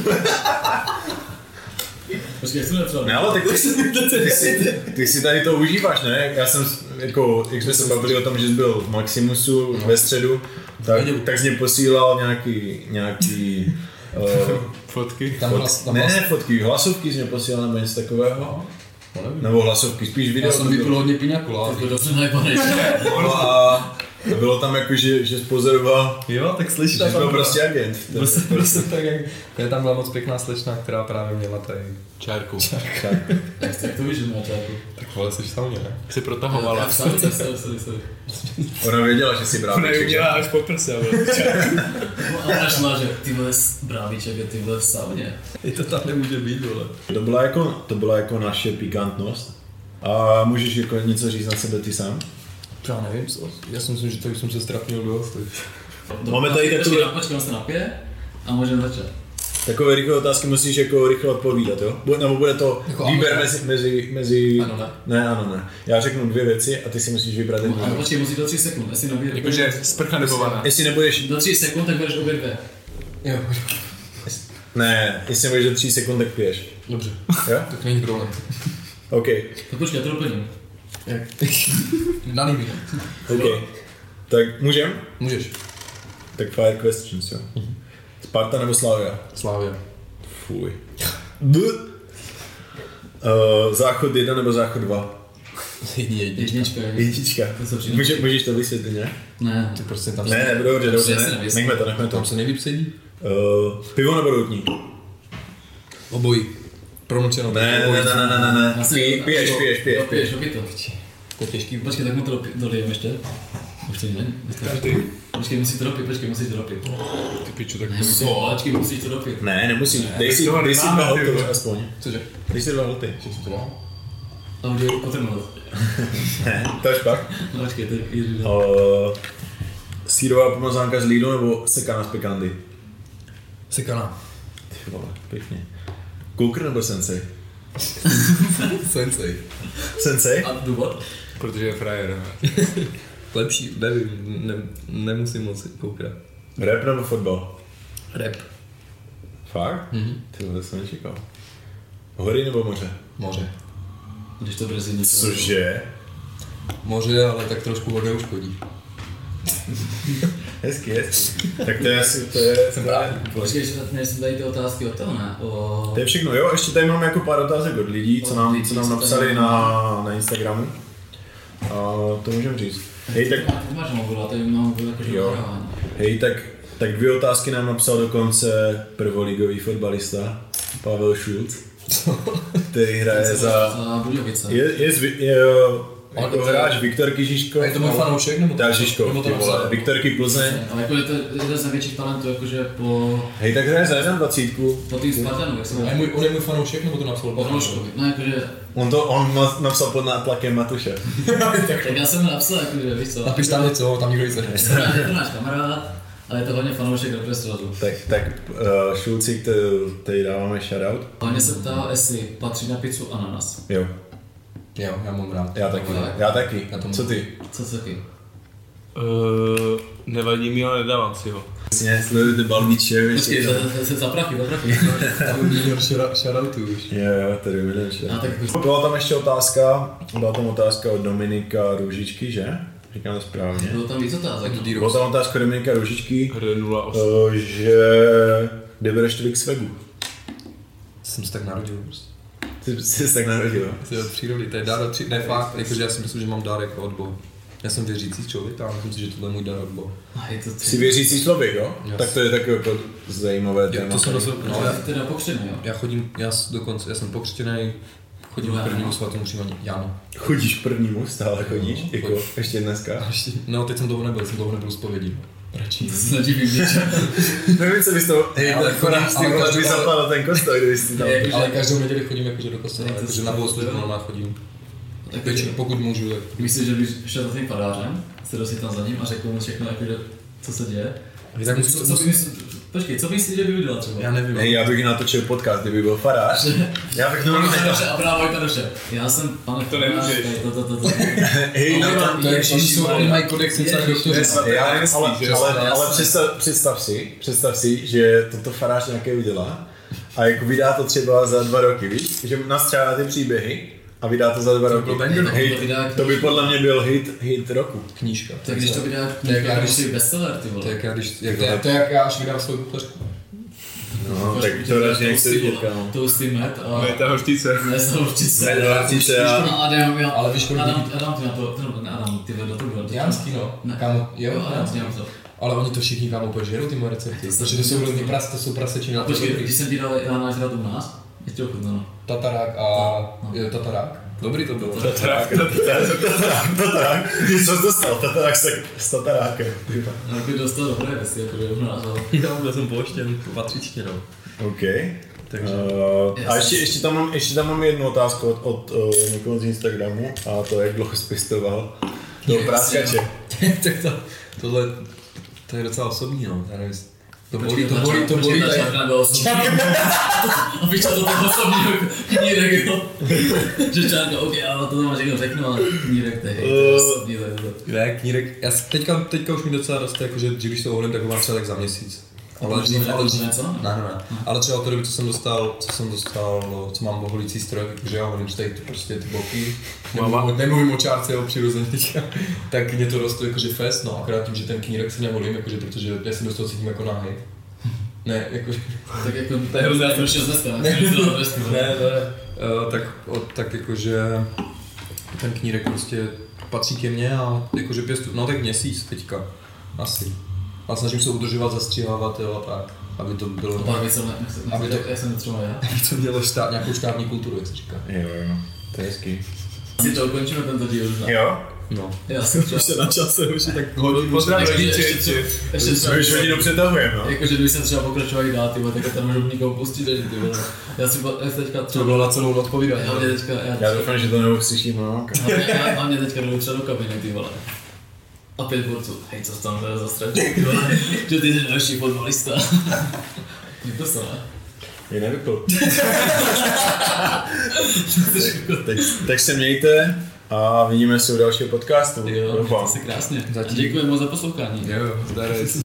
Počkej, jsem netřeba. Ne, ale tak ty, ty, si, ty si tady to užíváš, ne? Já jsem, jako, jak jsme se bavili o tom, že jsi byl v Maximusu ve středu, tak, tak jsi mě posílal nějaký, nějaký uh, Fotky. Tam fot, hlas, tam ne, hlas. ne, fotky, hlasovky jsi mě posílal nebo něco takového. Nebo hlasovky, spíš video. Já jsem vypil hodně piňaku, To dobře najbanej. No a bylo tam jako, že, že spozoroval, Jo, tak slyšíš. že jsi byl prostě agent. Byl jsem, byl jsem tak jak... Je tam byla moc pěkná slečna, která právě měla tady... Čárku. Jak jak to víš, že má čárku? Tak vole, jsi v sauně, ne? Si protahovala. Já sám, sám, sám, sám, sám. Ona věděla, že jsi Ona ji brábíček. udělá až po prse, ale čárku. No a našla, že ty vole brávíček je ty vole v sauně. I to tam nemůže být, vole. To byla jako, to byla jako naše pikantnost. A můžeš jako něco říct na sebe ty sám? Já nevím, co. Já si myslím, že to už jsem se strapnil dost. Máme tady takové- Počkej, on se napije a můžeme začít. Takové rychlé otázky musíš jako rychle odpovídat, jo? Bu- Nebo bude to Jako výběr ano, ne? mezi, mezi, mezi... Ano, ne? Ne, ano, ne. Já řeknu dvě věci a ty si musíš vybrat jednu. Ale počkej, musíš do tří sekund, jestli nebudeš... Jakože sprcha nebo vana. Jestli nebudeš... Do tří sekund, tak budeš obě dvě. Jo, Ne, jestli nebudeš do tří sekund, tak piješ. dobře. Jo? Tak není problém. OK. Tak počkej, já to doplním. Jak? Na líbí. OK. Tak můžem? Můžeš. Tak fire questions, jo? Sparta nebo Slavia? Slávia. Fuj. B. Uh, záchod jedna nebo záchod dva? Jedině, jedině. Jednička. Jednička. To se přijde. Může, můžeš to vysvětlit, ne? Ne. Ty prostě tam Ne, ne, dobře, dobře, Já si ne. nevím. Nechme to, nechme to. Tam se nejlíp sedí. Uh, pivo nebo doutník? Obojí. Promlčeno. Ne, ne, ne, ne, ne, ne, ne. Vlastně- Pij- Piješ, piješ, piješ. Piješ, opět to. To je těžký. Počkej, tak mu to dopi- dolijem ještě. Už to ne? Každý. Počkej, musíš to dopít, počkej, musíš to dopít. Ty piču, tak Ne, musíš, počkej, musíš to dopít. Ne, nemusíš. Dej si, toho dej si nemáme, dva ty hoty vole. aspoň. Cože? Dej si dva hoty. Co to dá? A už je potrhnul. Ne, to až pak. No počkej, to je Jiří. Uh, sírová pomazánka z Lidlu nebo sekaná z Pikandy? Sekana. Ty vole, pěkně. Kukr nebo Sensei? Sensei. Sensei? A důvod? Protože je frajer. Lepší, nevím, ne, nemusím moc koukat. Rap nebo fotbal? Rap. Fakt? Mhm. Ty vole, to jsem nečekal. Hory nebo moře? Moře. Když to bude zimní. Cože? Moře, ale tak trošku voda uškodí. Hezky, hezky. Tak to je asi, to je... Jsem to je- rád. Počkej, že nejsou tady ty otázky od toho, ne? O... To je všechno, jo? Ještě tady máme jako pár otázek od lidí, co nám, co nám napsali na, na Instagramu. A to můžeme říct. Hej, tak, Ty máš mobil, a tady mám mobil jakože Jo. ohrávání. hej, tak, tak dvě otázky nám napsal dokonce prvoligový fotbalista Pavel Šulc, který hraje za... Za Budějovice. Je, je, zvi- je, jako to- hráč Viktorky Žižkov. A je to můj fanoušek, nebo to- Dá Žižkov, nebo to ty vole. napsal? Viktorky Plzeň. Ale jako je to jeden z největších talentů, jakože po, Hej, tak hraje za dvacítku. po tým Spartanu, jak se A je můj, on je můj fanoušek, nebo to napsal? po Hroškovi. No jakože, On to on na- napsal pod nátlakem Matuše. tak já jsem mu napsal, jakože víš co. Napiš tam něco, tam nikdo nic neřekne. Je to náš kamarád, ale je to hodně fanoušek represtrazu. Tak, tak uh, Šulci, který dáváme shoutout. Hlavně se ptá, jestli patří na pizzu ananas. Jo, Jo, já mám rád. já taky. Tak. Já taky. Já to Co ty? Co to taky? Uh, nevadí mi, ale nedávám si ho. Jasně, sledujte Balbíče, Počkej, za, za, za prachy, za prachy. Tam milion shoutoutů už. Jo, jo, tady milion A tak jako, Byla tam ještě otázka, byla tam otázka od Dominika Růžičky, že? Říkám to správně. bylo tam víc otázek. Byla tam otázka od Dominika Růžičky, Hra nula osm. uh, že kde bereš tolik svegu? Jsem se tak narodil prostě. Ty jsi se tak narodil. Jsi od přírody, to je dár od přírody. Ne fakt, jakože já si myslím, že mám dár jako od Boha. Já jsem věřící člověk a myslím si, že tohle je můj dár od Boha. A je to Jsi věřící člověk, jo? Yes. Tak to je taky jako zajímavé téma. to jsem rozhodl, No, no, já já, teda pokřený, jo. já chodím, já s- dokonce, já jsem pokřtěný Chodím k prvnímu svatému přijímání Jana. Chodíš k prvnímu, stále chodíš, No, jako chodím. ještě dneska? Ještě, no, teď jsem toho nebyl, jsem toho nebyl zpovědí. Radši. To se nedivím něčem. Nevím, co bys to, hej, Ale tak chodíš chodím, s tím, ale že by každou- zapadl ten kostel, kdyby si tam. Jakože- Ale každou neděli chodím jakože do kostela, Ne, to jakože si na to bohoslužbu myslím. normálně chodím. Tak Většinou, pokud můžu, tak. Myslíš, že bys šel za tím farářem, sedl si tam za ním a řekl mu všechno, jakože, co se děje? Tak Co, musí- co, co by mysl... Počkej, co myslíš, že by udělal třeba? Já nevím. Hej, já bych natočil podcast, kdyby byl farář. Já bych Vojta normálně... Doše, Abraham Vojta Doše. Já jsem, pane To nemůžeš. To, to, to, to. Hej, Ale normálně... To je, Ježiši, oni jsou, oni mají kodex Ježiši, sociálních doktorů. Ježiši. Já, ale, Jasný, ale, že? ale, Jasný. ale představ, představ si, představ si, že toto farář nějaké udělá a jako vydá to třeba za dva roky, víš? Že nastřádá ty příběhy a vydá to za dva roky. byl banger, no. Hej, To vydá to by podle mě byl hit, hit roku. Knížka. Tak když to vydá To je jak já, knížka, když když bestseller, ty To vole. je jak já, když, jak, to, je, to je jak já, až vydám svou kuchařku. No, tak to radši nechci vidět, kámo. Toasty med a... Ne, ta hořtice. Ne, to určitě. Ne, to hořtice a- A Adam, já... Ale víš, kolik Adam, lidí- Adam, ty na to... Ne, Adam, ty vole, to bylo. Janský, no. Ne. Kámo, jo, Jo, Adam, Janský. dělám to. Ale oni to všichni kámo úplně žerou, ty moje recepty. To se- Protože to jsou různý pras, to jsou prasečiny. No, počkej, když jsem ti dal ráno žrat u nás, je ti ochutnalo. Tatarák a... No. Jo, tatarák. Dobrý to bylo. Tatarák, tatarák, tatarák. Ty co jsi dostal? Tatarák se s tatarákem. No, jako dostal dobré věci, jako že u nás, ale... Jo, byl jsem pouštěn patřičně, no. OK. Takže... Uh, a ještě, ještě, tam mám, ještě tam mám jednu otázku od, od uh, někoho z Instagramu a to je, jak dlouho jsi pěstoval toho Yes, práskače. Tak to, tohle, to je docela osobní, no. Já nevím, to bolí, to ta bolí, to čárka- bolí. počkej, ta tady- čárka nebyla osobní. Abych to do toho osobního knírek, jo. Že čárka, ok, ale to máš někdo řeknu, ale knírek, to je hej, to je osobní, to je to. Ne, knírek, já s- teďka, teďka už mi docela roste, jakože že když to oholím, tak ho mám třeba tak za měsíc. Ale máš dřív, to ale dřív, něco? ne, ne, ne. Ale třeba od té doby, co jsem dostal, co jsem dostal, co mám oholící stroj, takže já holím tady ty prostě ty boky. Nemluvím, nemluvím o čárce, o přirozeně teďka. Tak mě to roste jakože fest, no akorát tím, že ten knírek si neholím, jakože protože já si dostal cítím jako náhy. Ne, jakože... Tak jako, to je hrozně trošku dneska, ne? Ne, ne, uh, tak, o, tak jakože ten knířek prostě patří ke mně a jakože pěstu, no tak měsíc teďka, asi. A snažím se udržovat, zastřihávat, jo, a tak, aby to bylo, Pár věcí, nechci, Aby to- jak jsem to třeba já. aby to mělo štát, nějakou štátní kulturu, jak se říká. Jo, jo, to je hezký. Asi to ukončíme tento díl už, ne? Jo? No. Já jsem třeba... na čase, už je tak hodinu. Pozdrav Ještě- rodiče, ještě třeba- ještě třeba... My už hodinu přetahujeme, no. Jakože kdyby jsem třeba pokračoval i dál, ty vole, tak to nemůžu nikoho pustit, že ty vole. Já si po- já si teďka To třeba... bylo na celou noc povídat. Já mě teďka... Já, Já doufám, že to neuslyším, no. Hlavně, já, hlavně teďka jdu třeba do kabiny, ty vole. A pět borců, hej, co jsi tam za strašný, ty vole, že ty jsi další fotbalista. Je to se, ne? Je nevypl. tak, tak se mějte a vidíme se u dalšího podcastu. Jo, Doufám. to si krásně. Zatím. Děkujeme moc za poslouchání. Jo, zdarec.